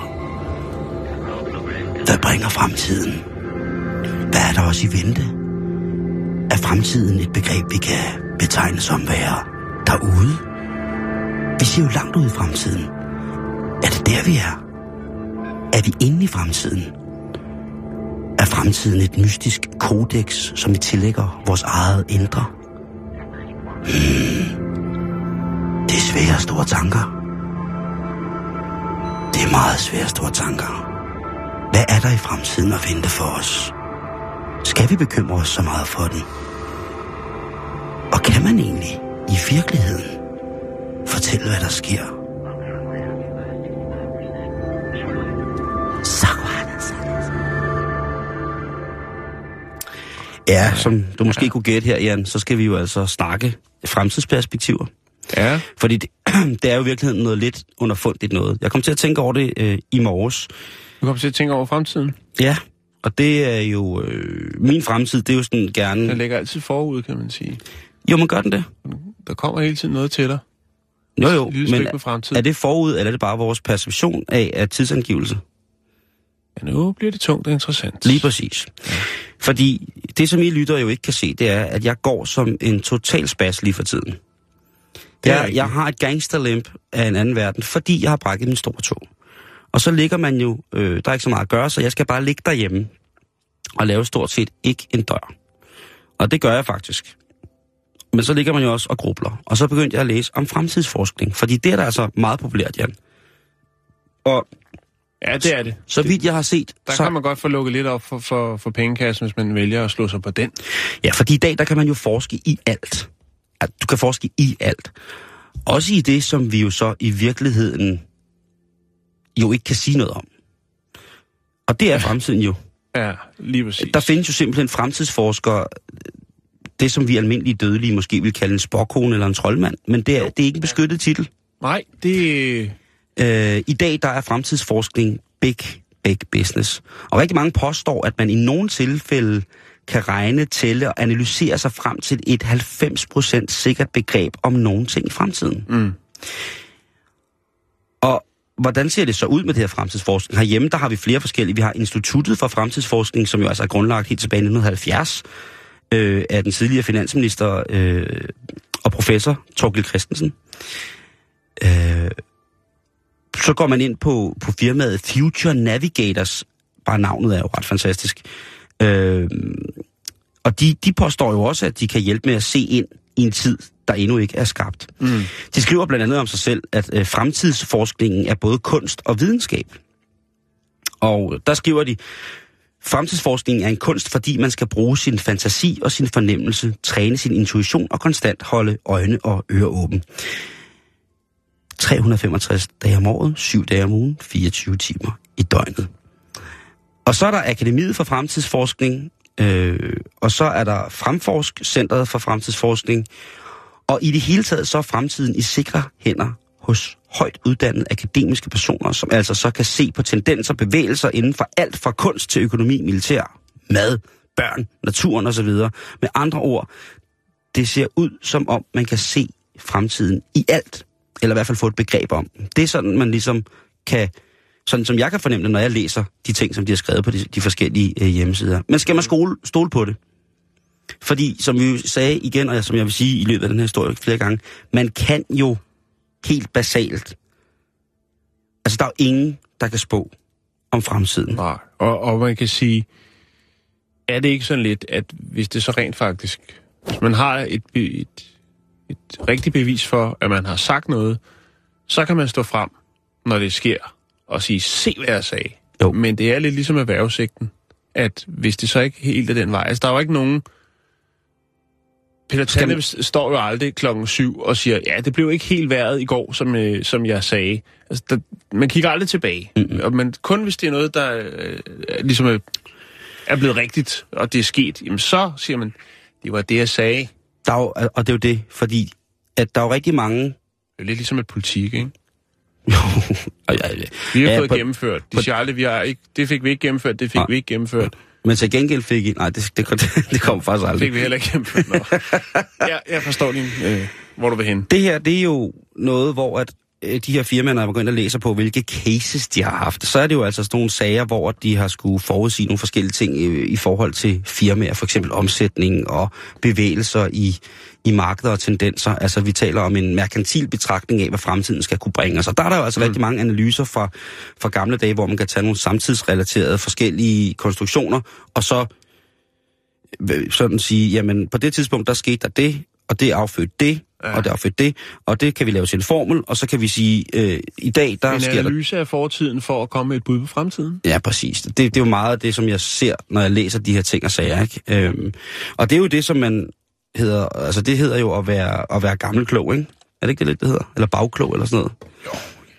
Hvad bringer fremtiden? Hvad er der også i vente? Er fremtiden et begreb, vi kan betegne som være derude? Vi ser jo langt ud i fremtiden. Er det der, vi er? Er vi inde i fremtiden? Er fremtiden et mystisk kodeks, som vi tillægger vores eget indre? Det er svære store tanker. Det er meget svære store tanker. Hvad er der i fremtiden at vente for os? Skal vi bekymre os så meget for den? Og kan man egentlig i virkeligheden fortælle, hvad der sker? Ja, som du måske kunne gætte her, Jan, så skal vi jo altså snakke fremtidsperspektiver. Ja. Fordi det er jo i virkeligheden noget lidt underfundigt noget. Jeg kom til at tænke over det i morges. Du kom til at tænke over fremtiden? Ja, Og det er jo... min fremtid, det er jo sådan gerne... Den ligger altid forud, kan man sige. Jo, men gør den det? Der kommer hele tiden noget til dig. Jo, men er det forud, eller er det bare vores perception af tidsangivelse? Ja, nu bliver det tungt og interessant. Lige præcis. Ja. Fordi det, som I lytter jo ikke kan se, det er, at jeg går som en total spas lige for tiden. Jeg har et gangsterlimp af en anden verden, fordi jeg har brækket min store tog. Og så ligger man jo, der er ikke så meget at gøre, så jeg skal bare ligge derhjemme og lave stort set ikke en dør. Og det gør jeg faktisk. Men så ligger man jo også og grubler. Og så begyndte jeg at læse om fremtidsforskning, fordi det er der altså meget populært, Jan. Og ja, det er det. Så vidt jeg har set... Der kan man godt få lukket lidt op for pengekassen, hvis man vælger at slå sig på den. Ja, fordi i dag, der kan man jo forske i alt. Du kan forske i alt. Også i det, som vi jo så i virkeligheden jo ikke kan sige noget om. Og det er fremtiden jo. Ja, lige præcis. Der findes jo simpelthen fremtidsforskere, det som vi almindelige dødelige måske vil kalde en spåkone eller en troldmand, men det er ikke en beskyttet titel. Nej, det... I dag, der er fremtidsforskning big business. Og rigtig mange påstår, at man i nogle tilfælde kan regne, tælle og analysere sig frem til et 90% sikkert begreb om nogle ting i fremtiden. Mm. Og hvordan ser det så ud med det her fremtidsforskning? Herhjemme, der har vi flere forskellige. Vi har Instituttet for Fremtidsforskning, som jo altså er grundlagt helt tilbage i 1970 af den tidligere finansminister og professor Thorkild Christensen. Så går man ind på firmaet Future Navigators. Bare navnet er jo ret fantastisk. Og de påstår jo også, at de kan hjælpe med at se ind i en tid, der endnu ikke er skabt. Mm. De skriver blandt andet om sig selv, at fremtidsforskningen er både kunst og videnskab. Og der skriver de, fremtidsforskningen er en kunst, fordi man skal bruge sin fantasi og sin fornemmelse, træne sin intuition og konstant holde øjne og ører åben. 365 dage om året, 7 dage om ugen, 24 timer i døgnet. Og så er der Akademiet for Fremtidsforskning, og så er der Fremforsk, Centret for Fremtidsforskning, og i det hele taget så er fremtiden i sikre hænder hos højt uddannede akademiske personer, som altså så kan se på tendenser, bevægelser inden for alt fra kunst til økonomi, militær, mad, børn, naturen osv. Med andre ord, det ser ud som om man kan se fremtiden i alt, eller i hvert fald få et begreb om. Det er sådan, man ligesom kan, sådan som jeg kan fornemme det, når jeg læser de ting, som de har skrevet på de forskellige hjemmesider. Men skal man stole på det? Fordi, som vi sagde igen, og som jeg vil sige i løbet af den her historie flere gange, man kan jo helt basalt. Altså, der er jo ingen, der kan spå om fremtiden. Nej, og man kan sige, er det ikke sådan lidt, at hvis det så rent faktisk, hvis man har et rigtigt bevis for, at man har sagt noget, så kan man stå frem, når det sker, og sige, se hvad jeg sagde. Jo. Men det er lidt ligesom at vejrudsigten, at hvis det så ikke helt er den vej, altså der er jo ikke nogen... Peter Tanne står jo aldrig 7:00 og siger, ja, det blev ikke helt vejret i går, som jeg sagde. Altså, man kigger aldrig tilbage. Mm-hmm. Men kun hvis det er noget, der ligesom er blevet rigtigt, og det er sket, jamen så siger man, det var det, jeg sagde. Og det er jo det, fordi at der er jo rigtig mange... Det er lidt ligesom et politik, ikke? Jo. Vi har fået gennemført. De siger aldrig, det fik vi ikke gennemført, det fik vi ikke gennemført. Men til gengæld fik I... Nej, det kom faktisk aldrig. Det fik vi heller ikke gennemført. Jeg forstår hvor du vil hen. Det her, det er jo noget, hvor at de her firmaer er begyndt at læse på, hvilke cases de har haft. Så er det jo altså sådan nogle sager, hvor de har skulle forudsige nogle forskellige ting i forhold til firmaer, for eksempel omsætning og bevægelser i markeder og tendenser. Altså, vi taler om en merkantil betragtning af, hvad fremtiden skal kunne bringe os. Og der er der jo altså rigtig mange analyser fra gamle dage, hvor man kan tage nogle samtidsrelaterede forskellige konstruktioner, og så sådan sige, jamen, på det tidspunkt, der skete der det, og det affødte det, og det affødte det, og det kan vi lave til en formel, og så kan vi sige, i dag, der sker der... En analyse af fortiden for at komme med et bud på fremtiden? Ja, præcis. Det er jo meget det, som jeg ser, når jeg læser de her ting og sager, ikke? Og det er jo det, som man hedder... Altså, det hedder jo at være gammelklog, ikke? Er det ikke det hedder? Eller bagklog, eller sådan noget? Jo.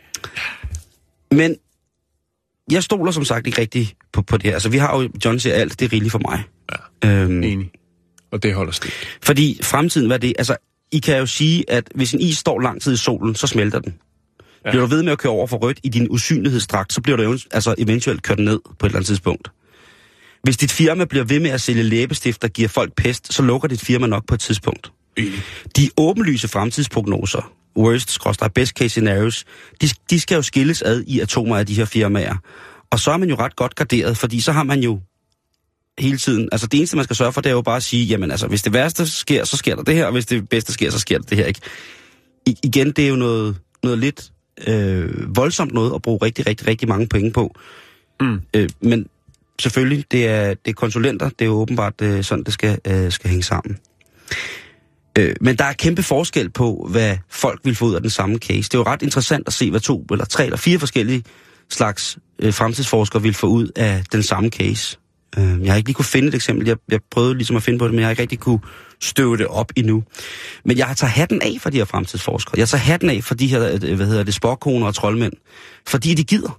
Men jeg stoler som sagt ikke rigtig på det her. Altså, vi har jo... John siger alt, det er rigeligt for mig. Ja, enig. Og det holder stik. Fordi fremtiden, hvad det... Altså, I kan jo sige, at hvis en is står lang tid i solen, så smelter den. Ja. Bliver du ved med at køre over for rødt i din usynlighedsdragt, så bliver du jo altså eventuelt kørt ned på et eller andet tidspunkt. Hvis dit firma bliver ved med at sælge læbestift, der giver folk pest, så lukker dit firma nok på et tidspunkt. De åbenlyse fremtidsprognoser, worst/best case scenarios, de skal jo skilles ad i atomer af de her firmaer. Og så er man jo ret godt garderet, fordi så har man jo hele tiden, altså det eneste man skal sørge for, det er jo bare at sige, jamen altså, hvis det værste sker, så sker der det her, og hvis det bedste sker, så sker der det her, ikke? Igen, det er jo noget lidt voldsomt noget at bruge rigtig mange penge på. Men selvfølgelig, det er konsulenter, det er jo åbenbart sådan, det skal hænge sammen. Men der er kæmpe forskel på, hvad folk vil få ud af den samme case. Det er jo ret interessant at se, hvad 2 eller 3 eller 4 forskellige slags fremtidsforskere vil få ud af den samme case. Jeg har ikke lige kunne finde et eksempel. Jeg prøvede ligesom at finde på det, men jeg har ikke rigtig kunne støve det op endnu. Men jeg har taget hatten af for de her fremtidsforskere. Jeg tager hatten af for de her, spåkoner og troldmænd. Fordi de gider.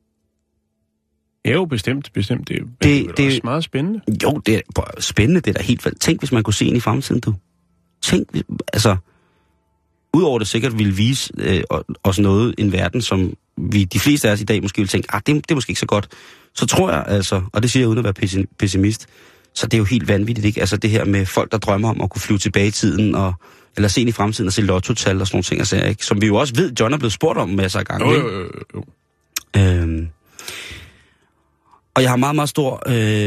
Jo, bestemt. Det er også meget spændende. Jo, det er spændende. Det er da helt vildt. Tænk, hvis man kunne se ind i fremtiden, du. Tænk, altså, udover det sikkert ville vise os noget, en verden, som de fleste af os i dag måske vil tænke, det er måske ikke så godt. Så tror jeg altså, og det siger jeg uden at være pessimist, så det er jo helt vanvittigt, ikke? Altså det her med folk, der drømmer om at kunne flyve tilbage i tiden, eller se ind i fremtiden og se lottotal og sådan nogle ting, altså, ikke? Som vi jo også ved, John er blevet spurgt om masser af gange. Jo. Og jeg har meget, meget stor,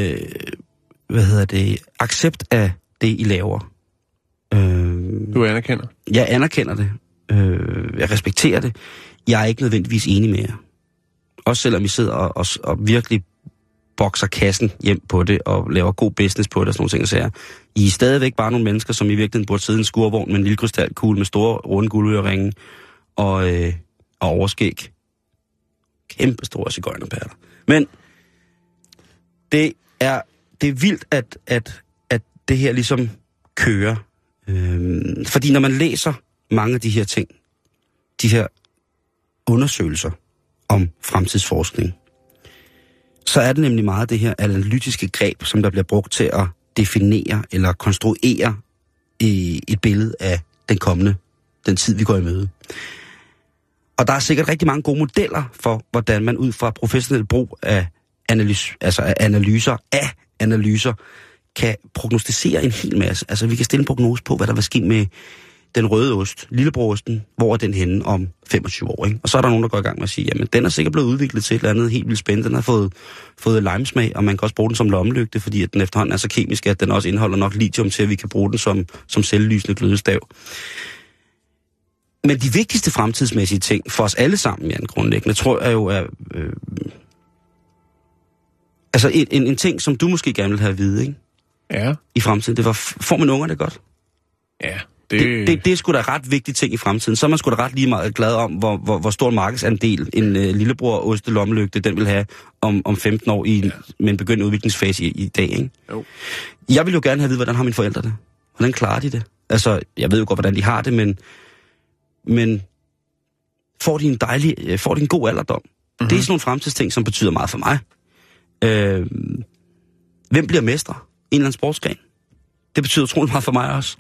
accept af det, I laver. Du anerkender? Jeg anerkender det. Jeg respekterer det. Jeg er ikke nødvendigvis enig med jer. Også selvom I sidder og virkelig bokser kassen hjem på det, og laver god business på det og sådan nogle ting. Så I er stadigvæk bare nogle mennesker, som i virkeligheden burde sidde i en skurvogn med en lille krystalkugle med store runde guldøreringe og overskæg. Kæmpe store cigøjnerpærter. Men det er vildt, at det her ligesom kører. Fordi når man læser mange af de her ting, de her undersøgelser om fremtidsforskning, så er det nemlig meget det her analytiske greb, som der bliver brugt til at definere eller konstruere et billede af den tid, vi går i møde. Og der er sikkert rigtig mange gode modeller for, hvordan man ud fra professionel brug af analyser, kan prognostisere en hel masse. Altså, vi kan stille en prognose på, hvad der vil ske med den røde ost, lillebrorosten, hvor er den henne om 25 år, ikke? Og så er der nogen, der går i gang med at sige, jamen, den er sikkert blevet udviklet til et eller andet helt vildt spændende. Den har fået limesmag, og man kan også bruge den som lommelygte, fordi at den efterhånden er så kemisk, at den også indeholder nok lithium til, at vi kan bruge den som selvlysende glødestav. Men de vigtigste fremtidsmæssige ting for os alle sammen, Jan, grundlæggende, tror jeg jo er... altså, en ting, som du måske gerne vil have at vide, ikke? Ja. I fremtiden, det var, får man unger det godt? Ja. Det er sgu da ret vigtig ting i fremtiden. Så er man sgu da ret lige meget glad om, hvor stor en markedsandel en lillebror oste lommelygte, den vil have om 15 år med en begyndende udviklingsfase i dag, ikke? Jo. Jeg vil jo gerne have at vide, hvordan har mine forældre det? Hvordan klarer de det? Altså, jeg ved jo godt, hvordan de har det, men får de en god alderdom? Mm-hmm. Det er sådan nogle fremtidsting, som betyder meget for mig. Hvem bliver mestre? En eller anden sportsgren. Det betyder utroligt meget for mig også.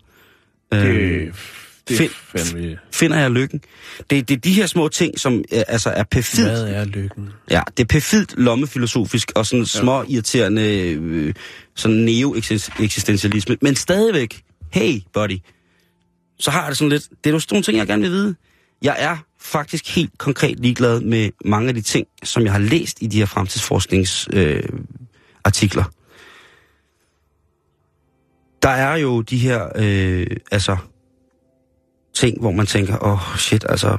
Finder jeg lykken? Det er de her små ting, som altså er perfidt. Hvad er lykken? Ja, det er perfidt lommefilosofisk og sådan små irriterende sådan neo-eksistentialisme. Men stadigvæk, hey buddy, så har jeg det sådan lidt, det er jo sådan nogle ting, jeg gerne vil vide. Jeg er faktisk helt konkret ligeglad med mange af de ting, som jeg har læst i de her fremtidsforskningsartikler. Der er jo de her, ting, hvor man tænker, shit, altså,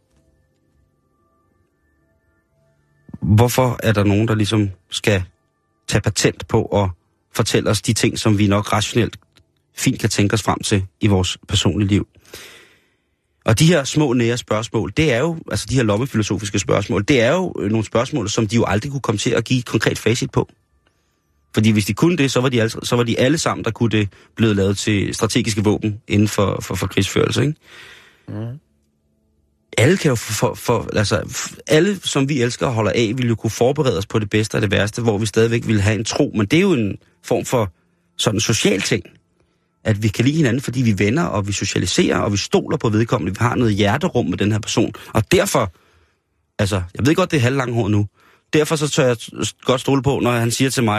hvorfor er der nogen, der ligesom skal tage patent på at fortælle os de ting, som vi nok rationelt fint kan tænke os frem til i vores personlige liv? Og de her små nære spørgsmål, det er jo, altså de her lommefilosofiske spørgsmål, det er jo nogle spørgsmål, som de jo aldrig kunne komme til at give et konkret facit på. Fordi hvis de kunne det, så var de alle sammen, der kunne det, blevet lavet til strategiske våben inden for krigsførelse, ikke? Mm. Alle kan jo alle, som vi elsker og holder af, vil jo kunne forberede os på det bedste og det værste, hvor vi stadigvæk vil have en tro. Men det er jo en form for sådan en social ting, at vi kan lide hinanden, fordi vi venner, og vi socialiserer, og vi stoler på vedkommende. Vi har noget hjerterum med den her person. Og derfor, altså, jeg ved godt, det er halvlanghåret nu, derfor så tør jeg godt stole på, når han siger til mig,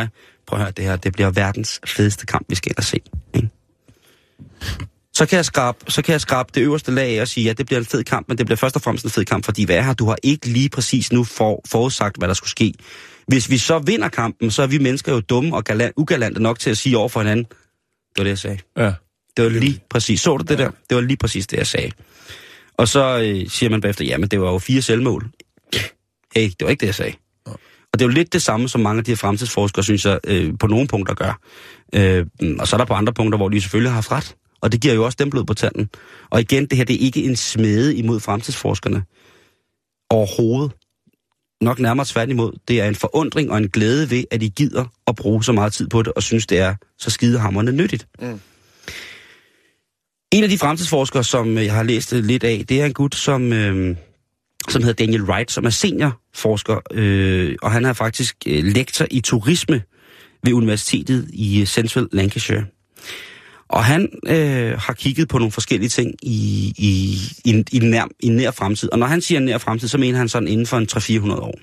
prøv at høre det her, det bliver verdens fedeste kamp, vi skal ind og se. Ikke? Så kan jeg skrabe det øverste lag af og sige, ja, det bliver en fed kamp, men det bliver først og fremmest en fed kamp, fordi hvad er her? Du har ikke lige præcis nu forudsagt, hvad der skulle ske. Hvis vi så vinder kampen, så er vi mennesker jo dumme og ugalante nok til at sige over for hinanden, det var det, jeg sagde. Ja. Det var lige præcis. Så du det der? Det var lige præcis det, jeg sagde. Og så siger man bagefter, jamen det var jo 4 selvmål. Hey, det var ikke det, jeg sagde. Og det er jo lidt det samme, som mange af de her fremtidsforskere, synes jeg, på nogle punkter gør. Og så er der på andre punkter, hvor de selvfølgelig har haft ret. Og det giver jo også dem blod på tanden. Og igen, det her, det er ikke en smede imod fremtidsforskerne. Overhovedet. Nok nærmere tværtimod. Det er en forundring og en glæde ved, at I gider at bruge så meget tid på det, og synes, det er så skidehamrende nyttigt. Mm. En af de fremtidsforskere, som jeg har læst lidt af, det er en gut, som hedder Daniel Wright, som er seniorforsker, og han er faktisk lektor i turisme ved universitetet i Central Lancashire. Og han har kigget på nogle forskellige ting i nær fremtid. Og når han siger nær fremtid, så mener han sådan inden for en 300-400 år.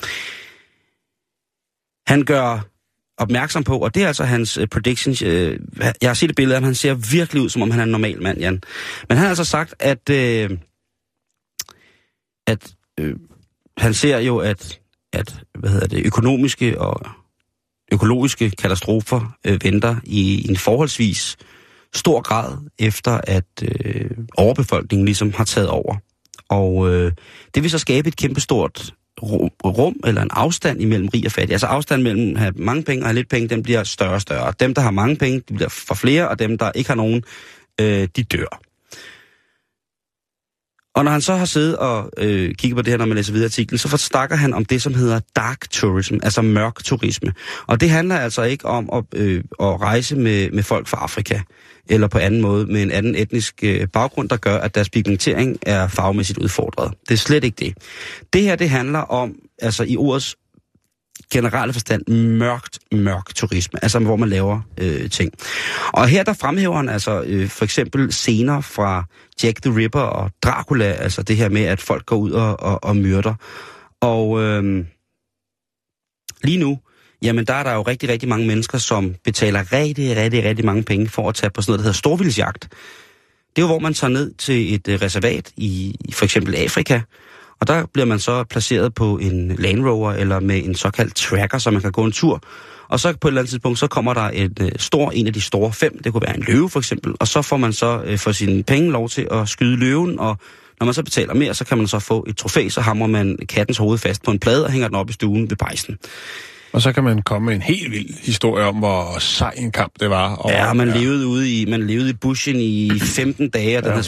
Han gør opmærksom på, og det er altså hans predictions. Jeg har set et billede af ham, han ser virkelig ud, som om han er en normal mand, Jan. Men han har altså sagt, at han ser jo, at økonomiske og økologiske katastrofer venter i en forholdsvis stor grad, efter at overbefolkningen ligesom har taget over. Og det vil så skabe et kæmpestort rum eller en afstand imellem rig og fattig. Altså afstand mellem at have mange penge og have lidt penge, den bliver større og større. Dem, der har mange penge, de bliver for flere, og dem, der ikke har nogen, de dør. Og når han så har siddet og kigget på det her, når man læser videre artiklen, så snakker han om det, som hedder dark tourism, altså mørk turisme. Og det handler altså ikke om at rejse med folk fra Afrika, eller på anden måde med en anden etnisk baggrund, der gør, at deres pigmentering er farvemæssigt udfordret. Det er slet ikke det. Det her, det handler om, altså i ordets generelle forstand, mørk turisme, altså hvor man laver ting. Og her der fremhæver han altså for eksempel scener fra Jack the Ripper og Dracula, altså det her med, at folk går ud og myrder. Og lige nu, jamen der er der jo rigtig, rigtig mange mennesker, som betaler rigtig mange penge for at tage på sådan noget, der hedder storvildsjagt. Det er jo, hvor man tager ned til et reservat i for eksempel Afrika, og der bliver man så placeret på en Land Rover eller med en såkaldt tracker, så man kan gå en tur. Og så på et eller andet tidspunkt, så kommer der en af de store 5, det kunne være en løve for eksempel, og så får man så for sine penge lov til at skyde løven, og når man så betaler mere, så kan man så få et trofæ, så hamrer man kattens hoved fast på en plade og hænger den op i stuen ved pejsen. Og så kan man komme med en helt vild historie om, hvor sej en kamp det var. Og, ja, man levede i bushen i 15 dage, og den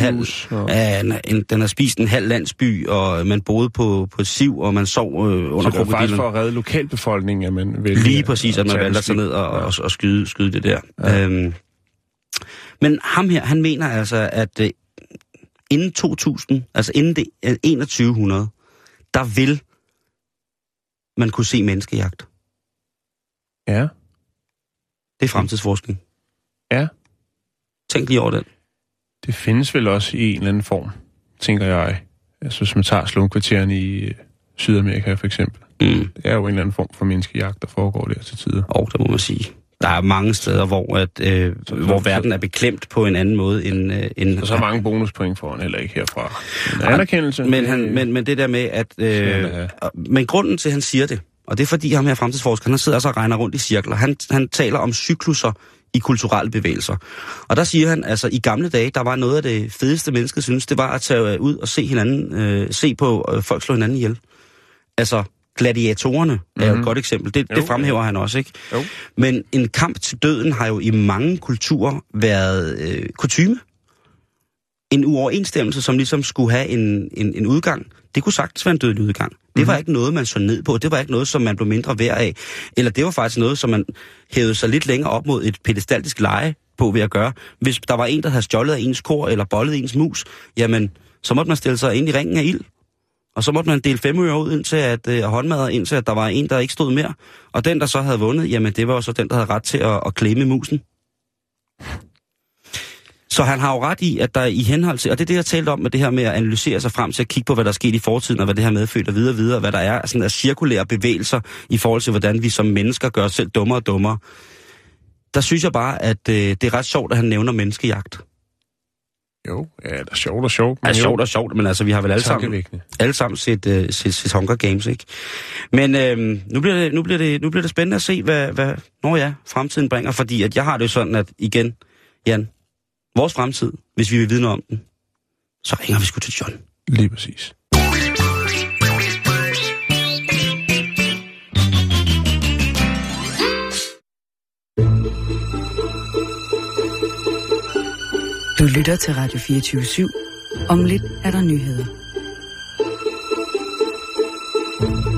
har spist en halv landsby, og man boede på siv, og man sov under krokodillen. Så det var faktisk for at redde lokalbefolkningen, at man vælger... Lige præcis, at man valgte sig ned og skyde det der. Ja. Men ham her, han mener altså, at inden 2000, altså inden det 2100, der vil man kunne se menneskejagt. Ja. Det er fremtidsforskning. Ja. Tænk lige over den. Det findes vel også i en eller anden form, tænker jeg. Altså hvis man tager slumkvarteren i Sydamerika for eksempel. Mm. Det er jo en eller anden form for menneskejagt, der foregår der til tider. Og det må man sige. Der er mange steder, hvor verden er beklemt på en anden måde end så mange bonuspoint får han heller ikke herfra. En anerkendelse. Men det der med, at... men grunden til, at han siger det, og det er fordi ham her fremtidsforsker, han sidder altså og regner rundt i cirkler. Han taler om cykluser i kulturelle bevægelser. Og der siger han, altså i gamle dage, der var noget af det fedeste mennesket synes, det var at tage ud og se hinanden, se på folk slå hinanden ihjel. Altså... Gladiatorerne er jo et godt eksempel. Det fremhæver han også, ikke? Jo. Men en kamp til døden har jo i mange kulturer været kutyme. En uoverensstemmelse, som ligesom skulle have en udgang. Det kunne sagtens være en dødelig udgang. Det var ikke noget, man så ned på. Det var ikke noget, som man blev mindre værd af. Eller det var faktisk noget, som man hævede sig lidt længere op mod et pedestaltisk leje på ved at gøre. Hvis der var en, der havde stjålet af ens kor eller bollet ens mus, jamen, så måtte man stille sig ind i ringen af ild. Og så måtte man dele 5 øre ud indtil at håndmadder, indtil at der var en, der ikke stod mere. Og den, der så havde vundet, jamen det var jo så den, der havde ret til at klemme musen. Så han har jo ret i, at der i henhold til, og det er det, jeg talte om med det her med at analysere sig frem til at kigge på, hvad der er sket i fortiden, og hvad det her medfødt og videre, hvad der er sådan af cirkulære bevægelser i forhold til, hvordan vi som mennesker gør os selv dummere og dummere. Der synes jeg bare, at det er ret sjovt, at han nævner menneskejagt. Jo, ja, det er sjovt og sjovt. Men sjovt, men altså, vi har vel alle sammen set Hunger Games, ikke? Men nu bliver det spændende at se, hvad fremtiden bringer, fordi at jeg har det jo sådan, at igen, Jan, vores fremtid, hvis vi vil vide noget om den, så ringer vi sgu til John. Lige præcis. Du lytter til Radio 24/7. Om lidt er der nyheder.